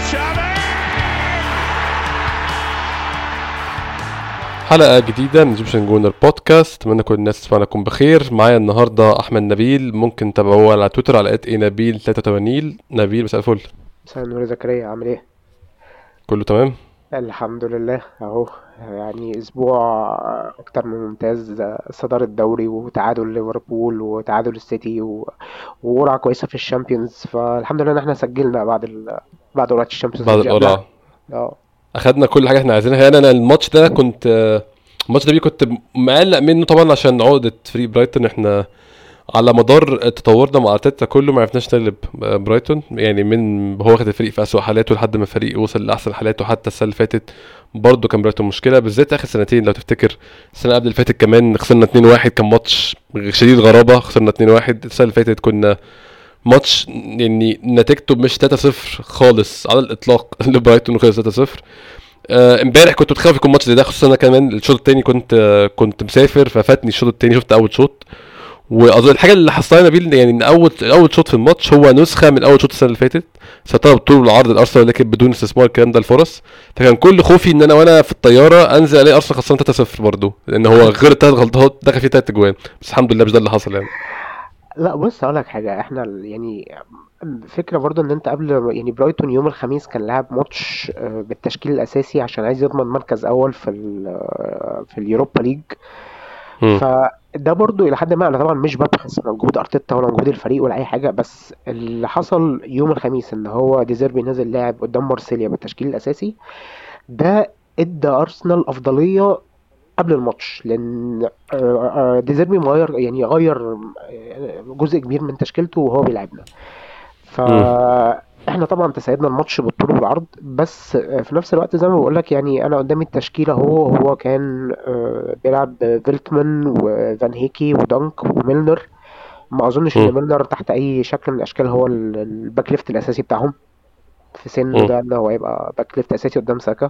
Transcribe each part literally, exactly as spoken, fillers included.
حلقة جديدة من ايجيبشن جونر بودكاست. اتمنى كل الناس تسمعنا تكون بخير. معايا النهاردة احمد نبيل، ممكن تتابعوه على تويتر على ات اي نبيل ثلاثة وثمانين. نبيل مساء الفل. مساء النور زكريا، عامل ايه؟ كله تمام. الحمد لله اهو. يعني اسبوع اكتر من ممتاز، صدارة الدوري وتعادل ليفربول وتعادل السيتي و- وقرعة كويسة في الشامبيونز، فالحمد لله ان احنا سجلنا بعد ال... بعد قرعة الشامبيونز بعد اللي قبلها. القرعة اه اخدنا كل حاجة احنا عايزينها. يعني انا الماتش ده كنت الماتش ده بيه كنت مقلق منه طبعا عشان عقدة فريق برايتون. احنا على مدار تطورنا مع ارتيتا كله ما عرفناش نغلب برايتون، يعني من هو واخد الفريق في اسوأ حالاته لحد ما الفريق وصل لاحسن حالاته. حتى السنه اللي فاتت برضه كان برايتون مشكله، بالذات اخر سنتين. لو تفتكر السنه قبل اللي فاتت كمان خسرنا اتنين واحد، كان ماتش شديد غرابه، خسرنا اتنين واحد. السنه اللي فاتت كنا ماتش يعني نتيجته مش تلاتة صفر خالص على الاطلاق لبرايتون، وخلص تلاتة صفر. آه، امبارح كنت متخوف يكون ماتش زي ده، خصوصا انا كمان الشوط التاني كنت آه كنت مسافر، ففاتني الشوط التاني. شفت اول شوط، واظن الحاجه اللي حصلنا بيه يعني ان اول اول شوط في الماتش هو نسخه من اول شوط السنه اللي فاتت، سيطره بطول العرض الارسنال لكن بدون استثمار الكلام ده الفرص. فكان كل خوفي ان انا وانا في الطياره انزل الاقي ارسنال خسران تلاتة صفر برضه، لان هو غير الثلاث غلطات دخل فيه ثلاث اجوان. بس الحمد لله مش ده اللي حصل يعني. لا بص اقول لك حاجة، احنا ال- يعني فكرة برضو ان انت قبل، يعني برايتون يوم الخميس كان لعب ماتش آه، بالتشكيل الاساسي عشان عايز يضمن مركز اول في ال آه، في اليوروبا ليج. امم فده برضو الى حد ما، انا طبعا مش ببحث عن مجهود ارتيتا ولا مجهود الفريق ولا اي حاجه، بس اللي حصل يوم الخميس ان هو ديزيربي نزل لاعب قدام مارسيليا بالتشكيل الاساسي. ده ادى ارسنال افضليه قبل الماتش، لان آه، آه، ديزيربي مغير، يعني غير آه، جزء كبير من تشكيلته وهو بيلعبنا. امم فاحنا طبعا تسيدنا الماتش بالطول والعرض، بس في نفس الوقت زي ما بقول لك، يعني انا قدامي التشكيله. هو هو كان آه، بيلعب فيلتمان وفان هيكي ودانك وميلنر. ما اظنش ان امم ميلنر تحت اي شكل من الاشكال هو ال- الباك ليفت الاساسي بتاعهم في سنه امم ده، انه هو يبقى باك ليفت اساسي قدام ساكا.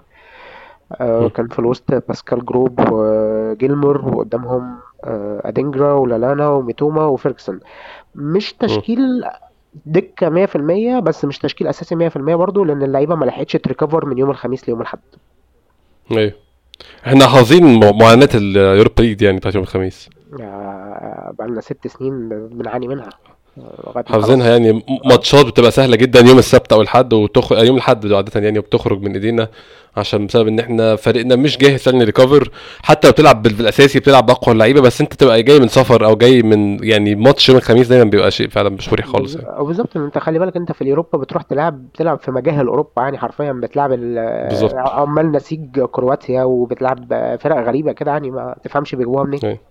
آه، كان في الوسط باسكال جروب وجيلمور، وقدامهم آه، ادينجرا ولالانا وميتوما وفيركسون. مش امم تشكيل دكة مية في المية، بس مش تشكيل أساسي مية في المية برضه، لأن اللعيبة ما لحقتش تريكفر من يوم الخميس ليوم الأحد. ايوه، احنا حافظين مع- معاناه اليوروبا ليج دي يعني بتاعت يوم الخميس. يعني بقالنا ست سنين بنعاني منها آه، لغاية ما حافظينها خلاص. يعني. م- اه ماتشات بتبقى سهله جدا يوم السبت او الحد، وتخرج يوم الحد عاده يعني، وبتخرج من ايدينا عشان بسبب ان احنا فريقنا مش جاهز فعلا ريكفر. حتى لو بتلعب بال- بالاساسي بتلعب باقوى اللعيبه، بس انت تبقى جاي من سفر او جاي من يعني ماتش يوم الخميس دايما بيبقى شيء فعلا مش مريح خالص بز- يعني. أو بالظبط، إن انت خلي بالك، انت في اليوروبا بتروح تلعب بتلعب في مجاهل اوروبا، يعني حرفيا بتلعب ال- بالظبط. عمال نسيج كرواتيا، وبتلعب فرق غريبه كده، يعني ما تفهمش بيجيبوها منين. هاي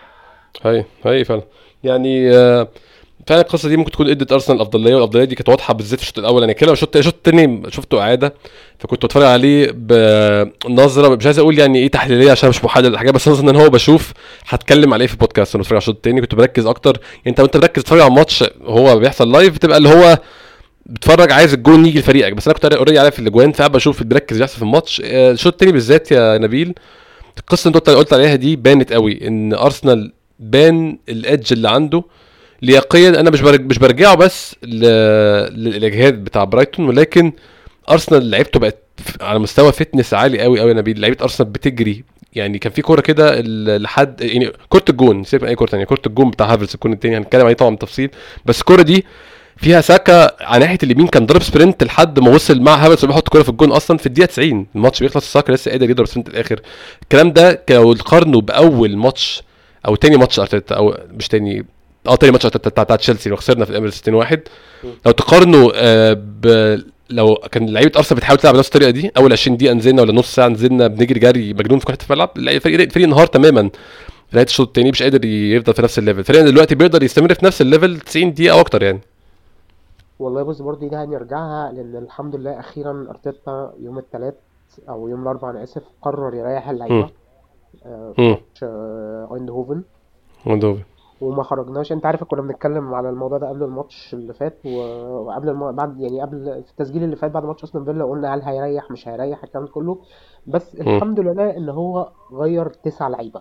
هاي هاي فعلا يعني. آه، فعلا القصه دي ممكن تكون ادت ارسنال الافضليه، والافضليه دي كانت واضحه بالذات في الشوط الاول. انا كده الشوط الشوط الثاني شفته اعاده، فكنت بتفرج عليه بنظره مش عايز اقول يعني ايه تحليليه عشان مش محلل الحاجه، بس نظرا ان هو بشوف هتكلم عليه في البودكاست. انا بتفرج على الشوط الثاني كنت بركز اكتر. يعني انت وانت مركز تتفرج على الماتش هو بيحصل لايف بتبقى اللي هو بتفرج عايز الجون يجي لفريقك، بس انا كنت اوريدي عارف الاجوان، فقاعد بشوف بركز يحصل في الماتش. آه، الشوط الثاني بالذات يا نبيل، القصه اللي انت قلت عليها دي بانت قوي، ان ارسنال بان الادج اللي عنده لياقيا. انا مش برج... مش برجعه بس ل... للاجهاد بتاع برايتون، ولكن ارسنال لعيبته بقت على مستوى فتنس عالي قوي قوي. نبيل لعيبه ارسنال بتجري يعني. كان في كوره كده ال- لحد يعني كوره الجون، سيب اي كوره ثانيه، كوره الجون بتاع هافرز الجون الثاني هنتكلم عليه طبعا بالتفصيل. بس الكوره دي فيها ساكا على ناحيه اليمين كان ضرب سبرنت لحد ما وصل مع هافرز وبيحط كوره في الجون اصلا في الدقيقه تسعين. الماتش بيخلص ساكا لسه قادر يضرب سبرنت الاخر. الكلام ده لو تقارنه باول ماتش او تاني ماتش ارتيتا، او مش تاني، اه تاني ماتش بتاع بتاع تشيلسي لو خسرنا في الاميريتس اتنين واحد. لو تقارنه آه ب لو كان لعيبه ارسنال بتحاول تلعب بنفس الطريقه دي، اول عشرين دقيقه نزلنا ولا نص ساعه نزلنا بنجري جري مجنون في كل حته في الملعب، الفريق الفريق انهار تماما في نهايه الشوط الثاني، مش قادر يفضل في نفس الليفل. فريقنا دلوقتي بيقدر يستمر في نفس الليفل تسعين دقيقه او اكتر يعني. والله بص، برضه دي هنرجعها، لان الحمد لله اخيرا ارتيتا يوم الثلاث او يوم الاربعاء، انا اسف، قرر يريح امم اللعيبه آه، في امم ماتش آه، ايندهوفن. موندوفي. وما خرجناش، انت عارف كنا بنتكلم على الموضوع ده قبل الماتش اللي فات و- وقبل الم... بعد، يعني قبل في التسجيل اللي فات بعد ماتش استون فيلا، قلنا هل هيريح مش هيريح الكلام ده كله. بس امم الحمد لله ان هو غير تسع لعيبه.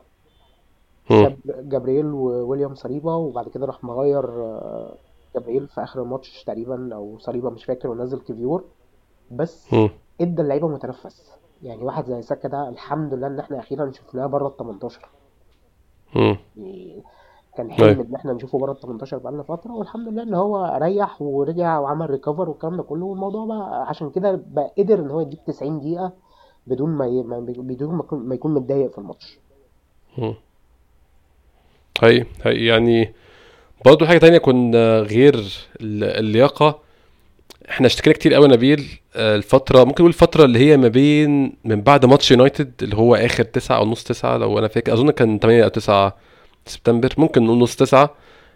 امم ساب جابرييل وويليام صليبا، وبعد كده راح مغير آه، جابرييل في اخر الماتش تقريبا، او صليبا مش فاكر، ونزل كيفيور. بس مم. ادى اللعيبه متنفس. يعني واحد زي ساكا ده الحمد لله ان احنا اخيرا شفناه بره ال تمنتاشر. مم. يعني كان ايوه. حلم ان احنا نشوفه بره ال تمنتاشر بقالنا فتره، والحمد لله ان هو ريح ورجع وعمل ريكفر والكلام ده كله، والموضوع بقى عشان كده بقى قدر ان هو يديك تسعين دقيقه بدون ما ي... ما- بدون ما يكون ما يكون متضايق في الماتش. مم. هي هي يعني برضه حاجه تانية كنا غير ال- اللياقه. احنا اشتكينا كتير قوي نبيل، آه، الفتره ممكن نقول الفتره اللي هي ما بين من بعد ماتش يونايتد اللي هو اخر تسعة او نص تسعة لو انا فاكر، اظن كان تمانية او تسعة سبتمبر، ممكن نقول نص تسعة،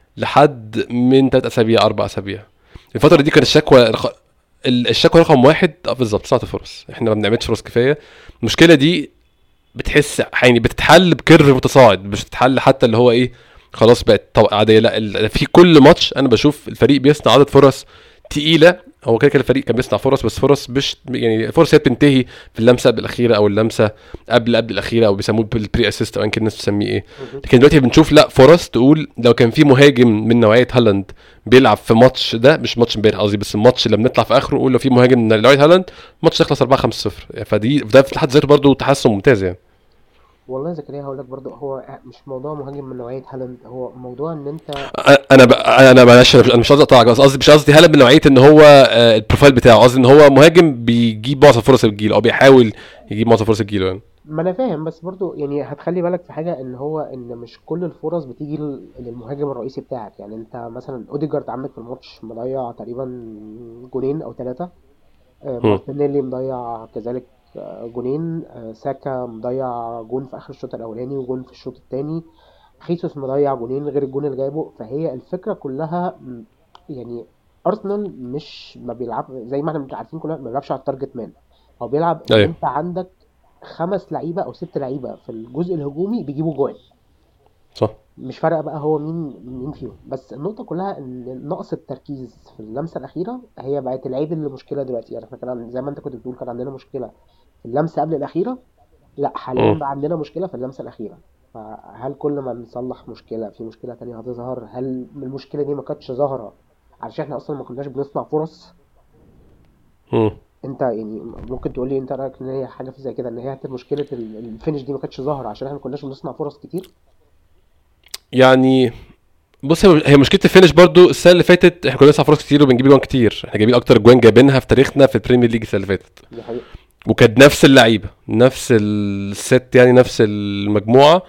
لحد من تلات اسابيع اربع اسابيع. الفتره دي كان الشكوى رق- ال- الشكوى رقم واحد اه بالظبط صناعه الفرص، احنا ما بنعملش فرص كفايه. المشكله دي بتحس يعني بتتحل بكيرف متصاعد، مش بتتحل حتى اللي هو ايه خلاص بقت طبقة عاديه، لا ال- في كل ماتش انا بشوف الفريق بيصنع عدد فرص تقيله. هو كده كده الفريق كان بيصنع فرص، بس فرص مش يعني فرص هي بتنتهي في اللمسه قبل الاخيره او اللمسه قبل قبل الاخيره، او بيسموه البري اسيست او ان كان الناس بتسميه ايه. مهم. لكن دلوقتي بنشوف لا فرص تقول لو كان في مهاجم من نوعيه هالاند بيلعب في ماتش ده، مش ماتش امبارح قصدي، بس الماتش اللي بنطلع في اخره نقول لو في مهاجم من نوعيه هالاند الماتش يخلص اربعة خمسة صفر. فدي ده في حد ذاته برضه تحسن ممتاز يعني. والله يا زكريا هقول لك برضو، هو مش موضوع مهاجم من نوعيه هالاند، هو موضوع ان انت انا ب... انا معلش انا مش أنا مش قصدي اقطعك، بس قصدي مش قصدي هلا من نوعيه ان هو آه، البروفايل بتاعه، قصدي ان هو مهاجم بيجيب معظم فرص الجيل او بيحاول يجيب معظم فرص الجيل يعني. ما انا فاهم، بس برضو يعني هتخلي بالك في حاجه، ان هو ان مش كل الفرص بتيجي لل- للمهاجم الرئيسي بتاعك. يعني انت مثلا اوديجارد عندك في الماتش مضيع تقريبا جونين او ثلاثه، هم. مارتينيلي مضيع كذلك آه، جونين، آه، ساكا مضيع جون في اخر الشوط الاولاني وجون في الشوط الثاني، خيسوس مضيع جونين غير الجون اللي جايبه. فهي الفكره كلها م، يعني ارسنال مش ما بيلعب زي ما احنا مش عارفين كلنا، ما بيلعبش على التارجت مان. هو بيلعب ان ايوه انت عندك خمس لعيبه او ست لعيبه في الجزء الهجومي بيجيبوا جوان. صح. مش فارقه بقى هو مين مين فيهم، بس النقطه كلها ان نقص التركيز في اللمسه الاخيره هي بقت العيب اللي مشكله دلوقتي. يعني احنا كان عن- زي ما انت كنت بتقول كان عندنا مشكله في اللمسه قبل الاخيره، لا حاليا هم. بقى عندنا مشكله في اللمسه الاخيره. فهل كل ما نصلح مشكله في مشكله تانية هتظهر؟ هل المشكله دي ما كانتش ظاهره علشان احنا اصلا ما كناش بنصنع فرص؟ هم. انت يعني ممكن تقول لي انت رايك ان هي حاجه في زي كده، ان هي مشكله ال- الفينش دي ما كانتش ظاهره عشان احنا ما كناش بنصنع فرص كتير؟ يعني بص، هي هي مشكله الفينش برضو. السنه اللي فاتت احنا كنا بنصنع فرص كتير وبنجيب جوان كتير، احنا جايبين اكتر جوان جايبينها في تاريخنا في البريمير ليج السنه اللي فاتت، دي حقيقه. وكانت نفس اللعيبه نفس الست يعني نفس المجموعه،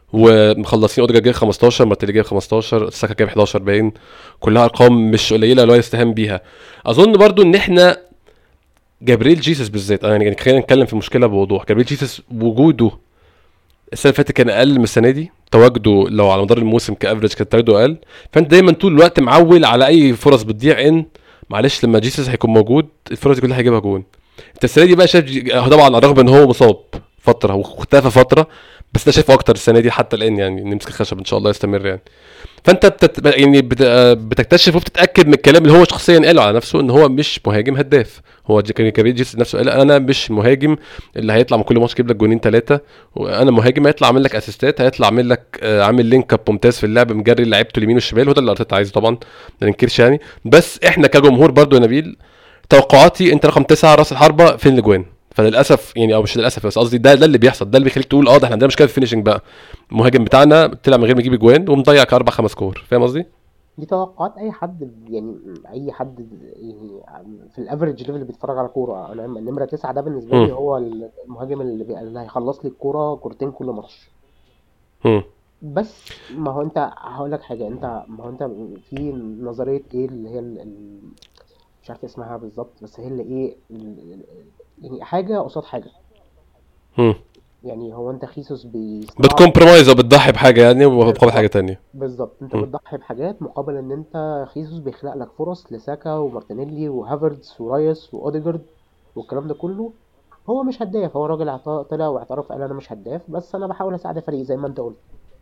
ومخلصين. اوديجارد جايب خمستاشر، مارتيلي جايب خمستاشر، ساكا جايب حداشر باين. كلها ارقام مش قليله اللي هو يستهان بيها. اظن برضو ان احنا جابريل جيسس بالذات، أنا يعني خلينا نتكلم في مشكله بوضوح. جابريل جيسس وجوده السنه اللي فاتت كان اقل من السنه دي، تواجده لو على مدار الموسم كافريج كان تواجده اقل. فانت دايما طول الوقت معول على اي فرص بتضيع ان معلش لما جيسس هيكون موجود الفرص دي كلها هيجيبها جون. انت السنه دي بقى شايف جي- هو طبعا على الرغم ان هو مصاب فتره واختفى فتره، بس ده شايفه اكتر السنه دي حتى الان، يعني نمسك الخشب ان شاء الله يستمر يعني. فانت بتت... يعني بت... بتكتشف وبتتاكد من الكلام اللي هو شخصيا قاله على نفسه ان هو مش مهاجم هداف. هو جي- كان كاري جيسس نفسه قال انا مش مهاجم اللي هيطلع من كل ماتش يجيب لك جونين ثلاثه، وانا مهاجم هيطلع عامل لك اسيستات، هيطلع عامل لك آه، عامل لينك اب ممتاز في اللعب، مجري لعيبته اليمين والشمال، وده اللي ارتيتا عايزه طبعا ما ننكرش يعني. بس احنا كجمهور برضو يا نبيل، توقعاتي انت رقم تسعة راس الحربه فين الاجوان؟ فللاسف يعني، او مش للاسف بس قصدي ده ده اللي بيحصل، ده اللي بيخليك تقول اه ده احنا عندنا مشكله في الفينشنج بقى. المهاجم بتاعنا طلع من غير ما يجيب اجوان ومضيع كاربع خمس كور، فاهم قصدي؟ دي توقعات اي حد، يعني اي حد يعني في الافريج ليفل اللي بيتفرج على كوره. انا النمره تسعة ده بالنسبه هم. لي هو المهاجم اللي, بي... اللي هيخلص لي الكوره كورتين كل ماتش. هم. بس ما هو انت هقول لك حاجه، انت ما هو انت في نظريه ايه اللي هي ال... ال... مش عارف اسمها بالظبط، بس هي اللي ايه ال... يعني حاجه قصاد حاجه. هم. يعني هو انت خيسوس بيصنع لك. بتكمبرومايز او بتضحي بحاجه يعني ومقابل حاجه بالظبط. تانية. بالظبط انت هم. بتضحي بحاجات مقابل ان انت خيسوس بيخلق لك فرص لساكا ومارتينيلي وهافرتز ورايس واوديجارد والكلام ده كله. هو مش هداف، هو راجل اعت- طلع واعترف قال انا مش هداف، بس انا بحاول اساعد الفريق زي ما انت قلت.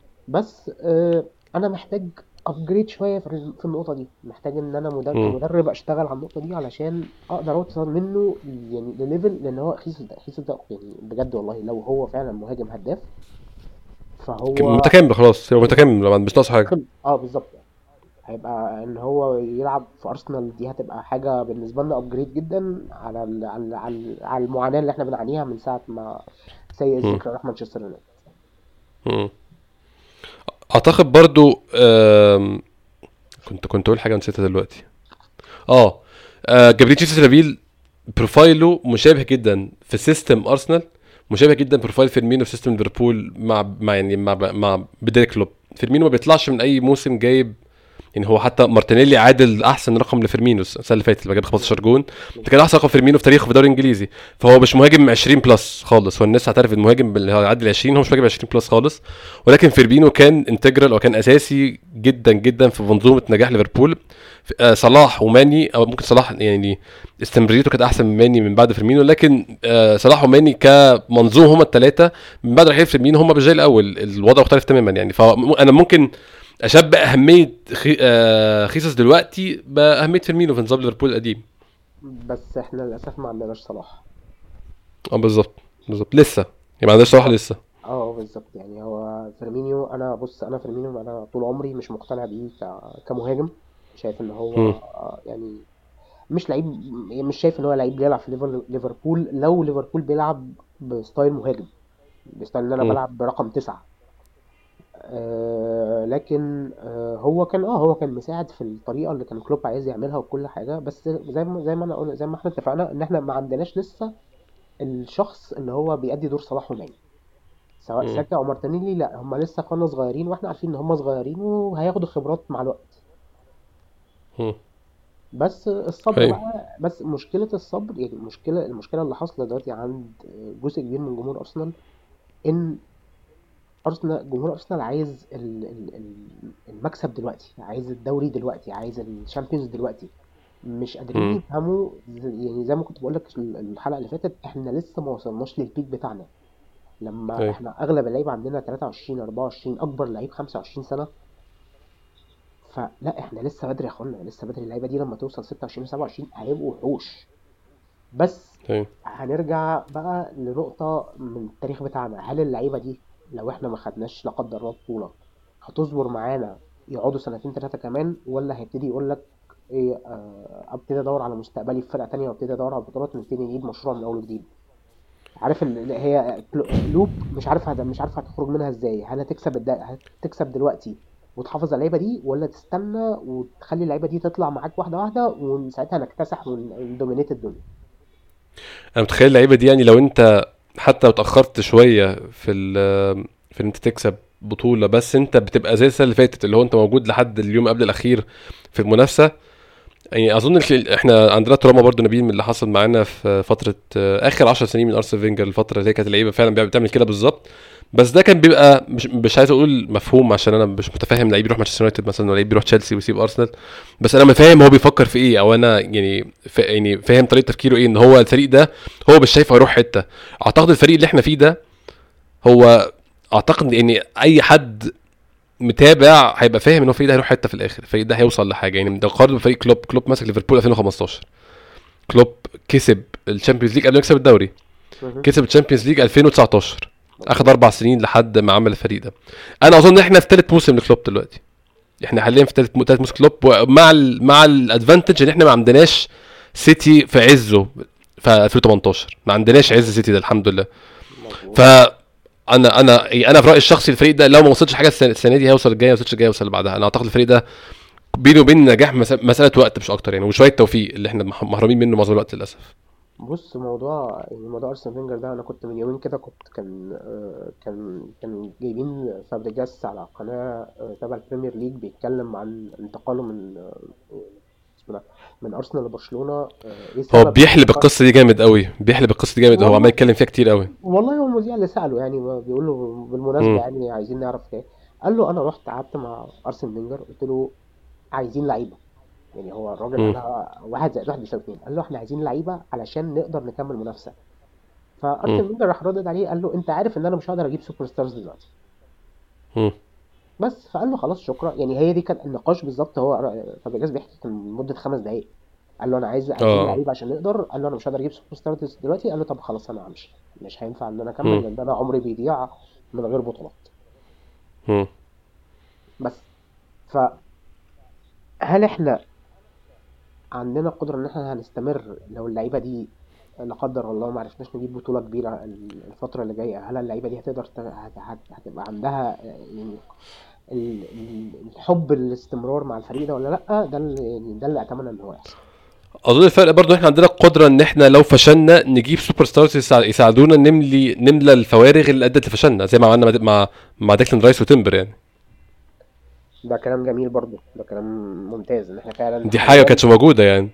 بس اه انا محتاج ابجريد شويه في ال- في النقطه دي، محتاج ان انا مدرب هم. كمدرب اشتغل على النقطه دي علشان اقدر اوصل منه يعني لليفل. لان هو خيسوس ده خيسوس ده يعني بجد والله لو هو فعلا مهاجم هداف فهو متكامل خلاص، هو بالظبط. متكامل مش ناقص حاجه. خل... اه بالظبط. هيبقى ان هو يلعب في ارسنال، دي هتبقى حاجه بالنسبه لنا ابجريد جدا على ال- على ال- على ال- على المعاناه اللي احنا بنعانيها من ساعه ما سيء مم. الذكر راح مانشستر يونايتد. مم. اعتقد برضو آم، كنت كنت اقول حاجه نسيتها دلوقتي. اه آه، جابريل جيسوس نبيل بروفايله مشابه جدا في سيستم ارسنال، مشابه جدا بروفايل فيرمينو في سيستم ليفربول مع مع يعني مع مع بدايه كلوب. فيرمينو ما بيطلعش من اي موسم جايب، يعني هو حتى مارتينيلي عادل احسن رقم لفيرمينو السنه اللي فاتت اللي جاب خمستاشر جون، ده كان احسن رقم فيرمينو في تاريخه في الدوري الانجليزي. فهو مش مهاجم عشرين بلس خالص، هو الناس هتعرف المهاجم اللي هو يعدي ال عشرين هو مش مهاجم عشرين بلس خالص. ولكن فيرمينو كان انتجرال او كان اساسي جدا جدا في منظومه نجاح ليفربول. آه، صلاح وماني، او ممكن صلاح يعني استمراريته كانت احسن من ماني من بعد فيرمينو، لكن آه، صلاح وماني كمنظومه هما الثلاثه من بعد رحيل فيرمينو هما بالجاي الاول الوضع مختلف تماما يعني. فانا ممكن اشبه اهميه خي... آه... خيسوس دلوقتي باهميه فيرمينو في نظام ليفربول القديم. بس احنا للاسف ما عندناش صلاح. اه بالظبط، بالظبط لسه يعني ما عندناش صلاح بالظبط. لسه. اه بالظبط، يعني هو فيرمينيو، انا بص انا فيرمينيو انا طول عمري مش مقتنع بيه ك- كمهاجم. شايف ان هو مم. آه، يعني مش لعيب، مش شايف ان هو لعيب بيلعب في ليفر- ليفربول لو ليفربول بيلعب بستايل مهاجم، بستايل ان انا مم. بلعب برقم تسعة. آه لكن آه هو كان اه هو كان مساعد في الطريقه اللي كان كلوب عايز يعملها وكل حاجه، بس زي ما زي ما انا قلنا، زي ما احنا اتفقنا ان احنا ما عندناش لسه الشخص اللي هو بيأدي دور صلاح وماني، سواء مم. ساكا او مارتينيلي. لا هم لسه كانوا صغيرين، واحنا عارفين ان هم صغيرين وهياخدوا خبرات مع الوقت. مم. بس الصبر ايوه. بقى، بس مشكله الصبر، يعني المشكله المشكله اللي حاصله دلوقتي عند جزء كبير من جمهور ارسنال، ان ارسنال جمهور ارسنال عايز ال- ال- ال- المكسب دلوقتي، عايز الدوري دلوقتي، عايز الشامبيونز دلوقتي. مش قادرين مم. يفهموا ز- يعني زي ما كنت بقول لك الحلقه اللي فاتت، احنا لسه ما وصلناش للبيك بتاعنا. لما ايوه. احنا اغلب اللعيبه عندنا تلاتة وعشرين اربعة وعشرين، اكبر لعيب خمسة وعشرين سنه. فلا احنا لسه بدري يا اخوانا، لسه بدري. اللعيبه دي لما توصل ستة وعشرين سبعة وعشرين هيبقوا وحوش. بس ايوه. هنرجع بقى لنقطة من التاريخ بتاعنا، هل اللعيبة دي لو احنا ما خدناش لا قدر الله بطولة هتصبر معانا يقعدوا سنتين ثلاثة كمان، ولا هيبتدي يقول لك ايه، آه، ابتدي ادور على مستقبلي في فرقة تانية وابتدي ادور على بطولات ونبتدي نعيد مشروع من اول وجديد. عارف اللي هي كلو- لوب، مش عارف هذا، مش عارف هتخرج منها ازاي. هل هتكسب الد... هتكسب دلوقتي وتحافظ على اللعيبه دي، ولا تستنى وتخلي اللعيبه دي تطلع معاك واحده واحده وساعتها نكتسح وندومينيت الدنيا. انا متخيل اللعيبه دي يعني لو انت حتى لو اتاخرت شويه في ال في ان انت تكسب بطوله، بس انت بتبقى زي السنه اللي فاتت اللي هو انت موجود لحد اليوم قبل الاخير في المنافسه. يعني اظن ال- احنا عندنا تراما برضو نبيل من اللي حصل معانا في فتره آه، اخر عشر سنين من ارسنال فينجر، الفتره اللي هي كانت اللعيبه فعلا بتعمل كده بالظبط. بس ده كان بيبقى مش, مش عايز اقول مفهوم عشان انا مش متفاهم لعيب يروح مانشستر يونايتد مثلا ولا لعيب يروح تشيلسي ويسيب ارسنال. بس انا مفاهم هو بيفكر في ايه، او انا يعني ف... يعني فاهم طريقه تفكيره ايه، ان هو الفريق ده هو مش شايفه هيروح حته. اعتقد الفريق اللي احنا فيه ده هو، اعتقد ان اي حد متابع هيبقى فاهم ان هو الفريق ده هيروح حته في الاخر، الفريق ده هيوصل لحاجه. يعني ده قارن بفريق كلوب. كلوب ماسك ليفربول ألفين وخمستاشر، كلوب كسب الشامبيونز ليج قبل ما يكسب الدوري، مهم. كسب الشامبيونز ليج ألفين وتسعتاشر، اخد مظبوط. اربع سنين لحد ما عمل الفريق ده. انا اظن ان احنا في ثالث موسم لكلوب دلوقتي، احنا حاليا في ثالث ثالث موسم كلوب، مع ال مع الادفانتج ان احنا ما عندناش سيتي في عزه في ألفين وتمنتاشر، ما عندناش عز مظبوط. سيتي ده الحمد لله. ف مظبوط. انا انا انا في رايي الشخصي الفريق ده لو ما وصلش حاجه السنه السنة دي هيوصل الجايه، ما وصلش الجايه هيوصل اللي بعدها. انا اعتقد الفريق ده بينه وبين النجاح مس- مساله وقت مش اكتر يعني، وشويه توفيق اللي احنا مح- محرومين منه معظم الوقت للاسف. بص، موضوع يعني موضوع ارسنال فينجر ده، انا كنت من يومين كده كنت كان آه، كان كان جايبين فابريجاس على قناه آه، تبع البريمير ليج بيتكلم عن انتقاله من آه، اسمه ده، من ارسنال لبرشلونه. آه، ايه هو سبب بيحلب الانتقال؟ القصه دي جامد قوي، بيحلب القصه دي جامد، هو عمال والله يتكلم فيها كتير قوي. والله هو المذيع اللي سأله، يعني ما بيقول له بالمناسبة امم. يعني عايزين نعرف ايه. قال له انا رحت قعدت مع ارسن فينجر قلت له عايزين لعيبة. يعني هو الراجل امم. قالها واحد زائد واحد بيساوي اتنين، قال له احنا عايزين لعيبة علشان نقدر نكمل منافسة. امم. فارسن فينجر راح ردد عليه قال له انت عارف ان انا مش هقدر اجيب سوبر ستارز دلوقتي. امم. بس فقال له خلاص شكرا. يعني هي دي كان النقاش بالظبط. هو فابريجاس بيحكي كان مدة خمس دقايق. قال له انا عايز عايزين اه. لعيبه عشان نقدر. قال له انا مش هقدر اجيب سوبر ستارز دلوقتي. قال له طب خلاص انا همشي، مش هينفع ان انا اكمل امم. لان انا عمري بيضيع من غير بطولات. امم. بس ف هل احنا عندنا قدرة ان احنا هنستمر لو اللعيبة دي لا قدر الله ما عرفناش نجيب بطولة كبيرة ال- الفترة اللي جاية؟ هل اللعيبة دي هتقدر ت- هت- هت- هتبقى عندها يعني ال- ال- الحب الاستمرار مع الفريق ده ولا لأ؟ ده اللي يعني ده اللي أتمنى إن هو يحصل. اظن الفرق برضو احنا عندنا القدره ان احنا لو فشلنا نجيب سوبر ستارز يساع- يساعدونا نملي نملى الفوارغ اللي ادت لفشلنا، زي ما عملنا مع مع ديكلان رايس وتمبر يعني. ده كلام جميل برضو، ده كلام ممتاز إن احنا فعلا دي حاجه ما حاليا. كانتش موجوده يعني.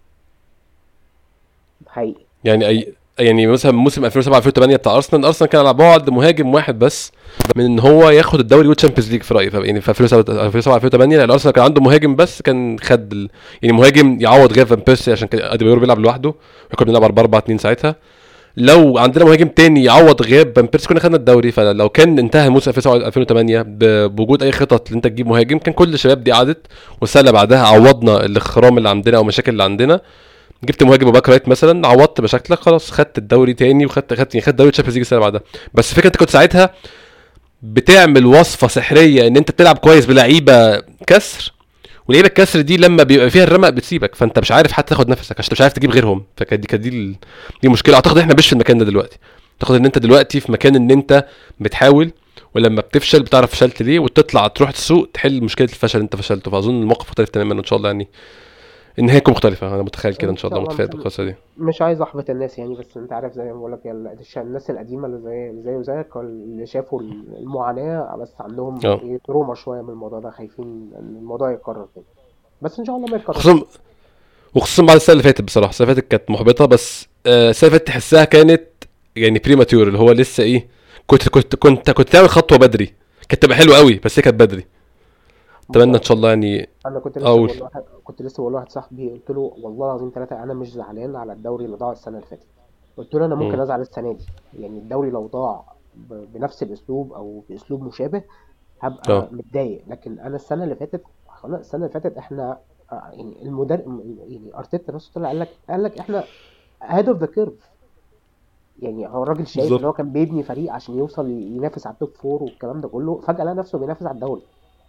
حقيقي. يعني اي يعني مثلا موسم ألفين وسبعة ألفين وثمانية بتاع ارسنال، ارسنال كان على بعد مهاجم واحد بس من ان هو ياخد الدوري والتشامبيونز ليج في رايي. ف- يعني في ألفين وسبعة ألفين وثمانية لا، الارسنال كان عنده مهاجم بس كان خد ال... يعني مهاجم يعوض غير فان بيرسي عشان كان اديبايور بيلعب لوحده، وكنا بنلعب أربعة أربعة اتنين ساعتها. لو عندنا مهاجم تاني يعوض غياب فان بيرسي كنا خدنا الدوري. فلو كان انتهى موسم ألفين وسبعة ألفين وثمانية ب- بوجود اي خطط ان انت تجيب مهاجم، كان كل الشباب دي قعدت، والسنه اللي بعدها عوضنا الاخرام اللي عندنا او المشاكل اللي عندنا، جبت مهاجم باك رايت مثلا، عوضت مشاكلك، خلاص خدت الدوري تاني، وخدت خدت يعني خدت دوري تشامبيونز ليج السنه اللي بعدها. بس فكره انت كنت ساعتها بتعمل وصفه سحريه ان انت بتلعب كويس بلعيبه كسر، ولعيبه الكسر دي لما بيبقى فيها الرمق بتسيبك، فانت مش عارف حتى تاخد نفسك عشان انت مش عارف تجيب غيرهم. فكانت دي كانت دي ال- دي مشكله. اعتقد احنا مش في المكان ده دلوقتي. اعتقد ان انت دلوقتي في مكان ان انت بتحاول، ولما بتفشل بتعرف فشلت ليه، وتطلع تروح السوق تحل مشكله الفشل اللي انت فشلته. فاظن الموقف مختلف تماما ان شاء الله يعني، النهايه تكون مختلفه. انا متخيل كده ان إن شاء شاء الله، الله. متفائل مش بالقصه دي. مش عايز أحبط الناس يعني، بس أنت عارف زي ما بقول لك الناس القديمة اللي زي اللي زي وزيك اللي شافوا المعاناة، بس عندهم اه إيه تروما شوية من الموضوع ده، خايفين إن الموضوع يتكرر تاني. بس إن شاء الله ما خصوصا يتكررش. وخصوصا بعد السنه اللي فاتت. بصراحه السنه اللي فاتت كانت محبطه، بس آه، السنه اللي فاتت تحسها كانت يعني بريماتيور، اللي هو لسه ايه، كنت كنت كنت كنت تعمل خطوه بدري، كانت تبقى حلوه قوي، بس هي كانت بدري. بص اتمنى انا ان شاء الله يعني. انا كنت لسه اقول بقول لواحد كنت لسه بقول لواحد صاحبي، قلت له والله العظيم ثلاثة انا مش زعلان على الدوري اللي ضاع السنة اللي فاتت. قلت له انا ممكن مم. ازعل السنة دي، يعني الدوري لو ضاع ب- بنفس الاسلوب او باسلوب مشابه اه هبقى متضايق. لكن انا السنة اللي فاتت خلاص، السنة اللي فاتت احنا آه، يعني المدرب يعني ارتيتا نفسه طلع قال لك قال لك احنا ahead of the curve. يعني هو الراجل شايف ان بالظبط. هو كان بيبني فريق عشان يوصل ينافس على التوب فور والكلام ده كله، فجأة لقى نفسه بينافس على الدوري.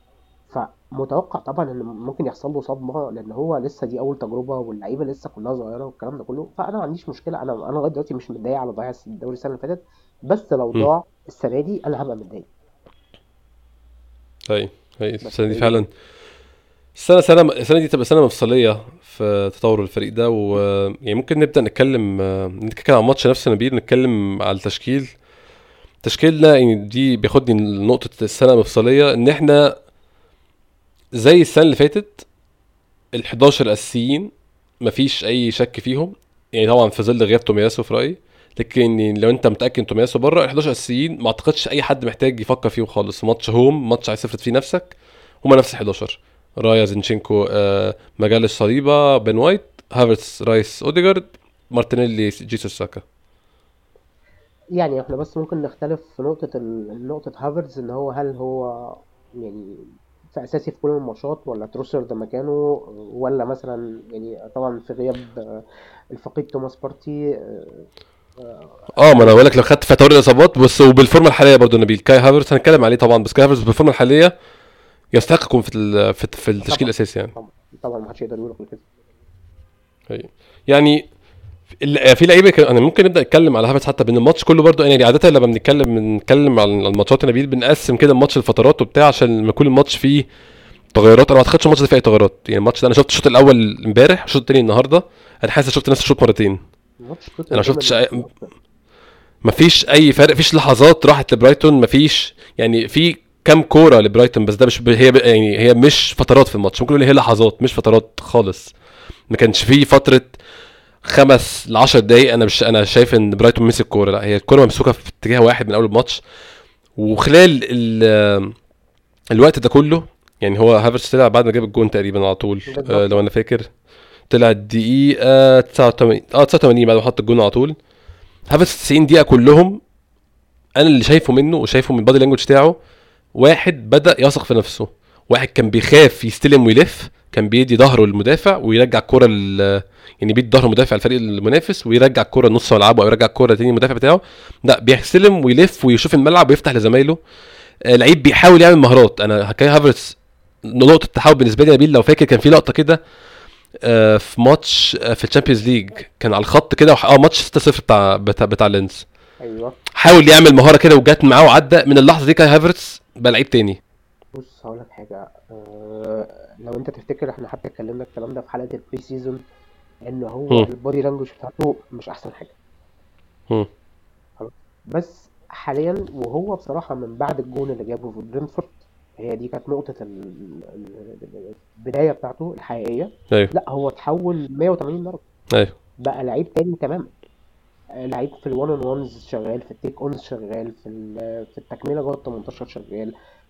فمتوقع طبعا ان ممكن يحصل له صدمه، لان هو لسه دي اول تجربه واللعيبه لسه كلها صغيره والكلام ده كله. فانا ما عنديش مشكله، انا انا لغايه دلوقتي مش متضايق على ضياع الدوري السنه اللي فاتت، بس لو مم. ضاع السنه دي انا هبقى متضايق. هي هي بس السنه دي هي دي فعلا. النقطة. السنه سنه السنه دي تبقى سنه مفصليه في تطور الفريق ده. ويعني ممكن نبدا نتكلم آه، نتكلم عن ماتش نفسه نبيل، نتكلم على التشكيل. تشكيلنا يعني دي بياخدني لنقطه السنه المفصليه، ان احنا زي السنه اللي فاتت ال حداشر الاساسيين مفيش اي شك فيهم. يعني طبعا في ظل غياب تومياسو في رايي، لكن لو انت متاكد ان تومياسو بره، ال حداشر اساسيين ما اعتقدش اي حد محتاج يفكر فيهم خالص. ماتش هوم، ماتش عايز تفرض فيه نفسك، هما نفس ال حداشر: رايا، زينشينكو، آه مجالس، صليبا، بن وايت، هافرتس، رايس، اوديجارد، مارتينيلي، جيسوس، ساكا. يعني احنا بس ممكن نختلف في نقطه ال- نقطه هافرز، ان هو هل هو يعني في اساسي في كل الماتشات ولا تروسر ده مكانه، ولا مثلا يعني طبعا في غياب آه، الفقيد توماس بارتي آه، آه، اه ما انا هل بقول لك لو خدت في توري الاصابات بس، وبالفورمه الحاليه برضو نبيل، كاي هافرتس هنتكلم عليه طبعا، بس كاي هافرتس بالفورمه الحاليه يستحق يكون في ال- في في التشكيل طبعا الاساسي يعني. طبعا طبعا ما حدش يقدر يقول غير كده. هي. يعني ال- في لعيبه كان- انا ممكن نبدا نتكلم على هافرتس حتى بين الماتش كله برضو. يعني عاده لما بنتكلم بنتكلم عن الماتشات يا نبيل بنقسم كده الماتش لفترات وبتاع، عشان لما يكون الماتش فيه تغيرات. انا ما اعتقدش الماتش ده فيه اي تغيرات. يعني الماتش ده انا شفت الشوط الاول امبارح، الشوط الثاني النهارده، انا حاسس شفت نفس الشوط مرتين. ماتش انا ما توتنهام شفتش اللي أي... اصلا. مفيش اي فرق، مفيش لحظات راحت لبرايتون، مفيش يعني في كام كوره لبرايتون، بس ده مش ب... هي ب... يعني هي مش فترات في الماتش، ممكن نقول هي لحظات مش فترات خالص. ما كانش فيه فتره خمس ل عشر دقايق انا مش انا شايف ان برايتون مسك كوره، لا هي الكوره ممسوكه في اتجاه واحد من اول الماتش. وخلال ال... الوقت ده كله، يعني هو هافرتس طلع بعد ما جاب الجون تقريبا على طول، آه بالظبط لو اه. انا فاكر، طلع الدقيقه تسعة وثمانين، اه تسعة وثمانين بعد ما حط الجون على طول. هافرتس تسعين دقيقه كلهم انا اللي شايفه منه وشايفه من البادي لانجوج بتاعه، واحد بدا يثق في نفسه، واحد كان بيخاف يستلم ويلف، كان بيدي ظهره للمدافع ويرجع الكوره لل يعني بيدي ظهره مدافع الفريق المنافس ويرجع الكوره نص ملعبه او يرجع الكوره تاني المدافع بتاعه. لا بيستلم ويلف ويشوف الملعب ويفتح لزمايله. آه، لعيب بيحاول يعمل مهارات. انا كاي هافرتس نقطه التحول بالنسبه لي نبيل، لو فاكر كان في لقطه كده آه، في ماتش آه، في الشامبيونز ليج كان على الخط كده وح- اه ماتش ستة صفر بتاع بتاع, بتاع لينز، ايوه. حاول يعمل مهاره كده وجات معاه وعدى. من اللحظه دي كان هافرتس بقى لعيب تاني. بص هقول لك حاجه، أه لو انت تفتكر احنا حتى اتكلمنا الكلام ده في حلقه البري سيزون، ان هو هم البودي لانجوج بتاعته مش احسن حاجه. هم خلاص. بس حاليا وهو بصراحه من بعد الجون اللي جابه في برينفورد، هي دي كانت نقطه ال- ال- البدايه بتاعته الحقيقيه. ايوه لا هو اتحول مية وتمانين درجه، ايوه بقى لعيب تاني تماما. آه، لعيب في الوان اون وانز شغال، في التيك اونز شغال، في ال- في التكمله جوه ال تمنتاشر شغال،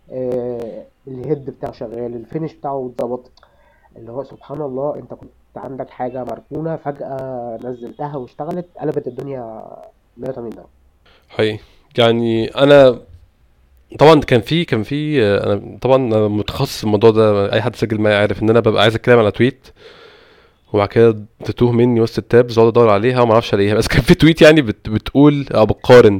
آه، الهيد بتاعه شغال، الفينش بتاعه اتظبط. اللي هو سبحان الله، انت كنت عندك حاجه مركونه فجاه نزلتها واشتغلت، قلبت الدنيا مية وتمانين درجه. حقيقي. يعني انا طبعا كان في كان في آه، انا طبعا أنا متخصص في الموضوع ده، اي حد سجل معايا عارف ان انا ببقى عايز اتكلم على تويت وبعد كده تتوه مني وسط التابز واقعد ادور عليها وما اعرفش الاقيها. بس كان في تويت يعني بت بتقول او بتقارن